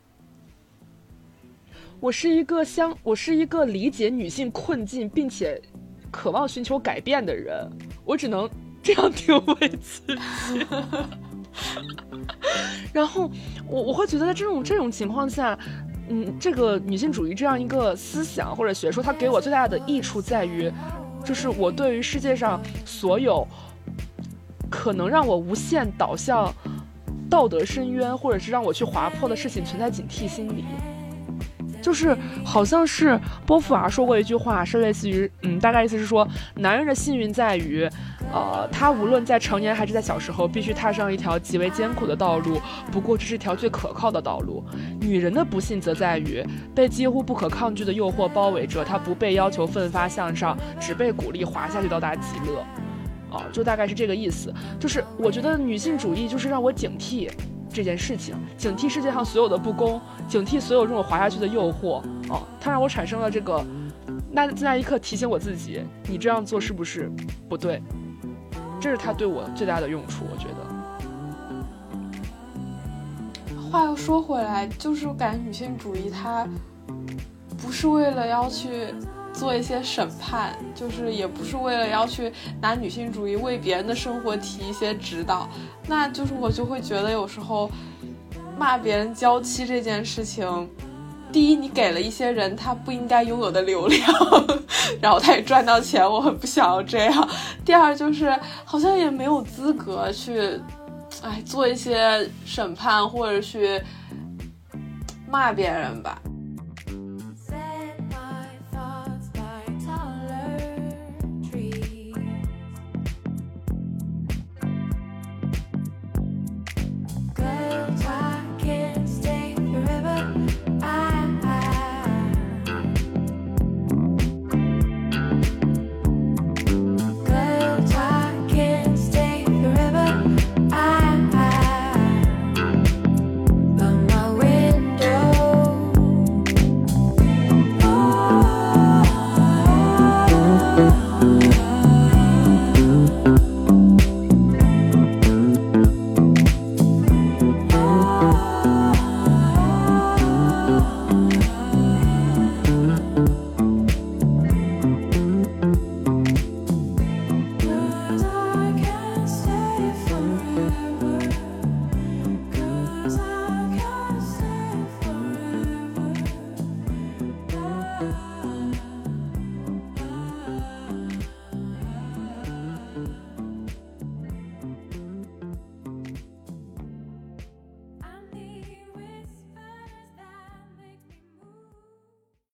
我是一个理解女性困境并且渴望寻求改变的人，我只能这样定位自己。然后我会觉得在这种情况下，这个女性主义这样一个思想或者学说，它给我最大的益处在于，就是我对于世界上所有可能让我无限导向道德深渊或者是让我去划破的事情存在警惕心理。 就是好像是波伏娃说过一句话，是类似于大概意思是说，男人的幸运在于他无论在成年还是在小时候必须踏上一条极为艰苦的道路，不过这是一条最可靠的道路。女人的不幸则在于被几乎不可抗拒的诱惑包围着，她不被要求奋发向上，只被鼓励滑下去到达极乐。就大概是这个意思。就是我觉得女性主义就是让我警惕这件事情，警惕世界上所有的不公，警惕所有这种滑下去的诱惑。它让我产生了这个，那一刻提醒我自己，你这样做是不是不对？这是它对我最大的用处，我觉得。 话又说回来，就是我感觉女性主义它不是为了要去做一些审判，就是也不是为了要去拿女性主义为别人的生活提一些指导。那就是我就会觉得有时候骂别人娇妻这件事情，第一你给了一些人他不应该拥有的流量然后他也赚到钱，我很不想要这样。第二就是好像也没有资格去做一些审判或者去骂别人吧。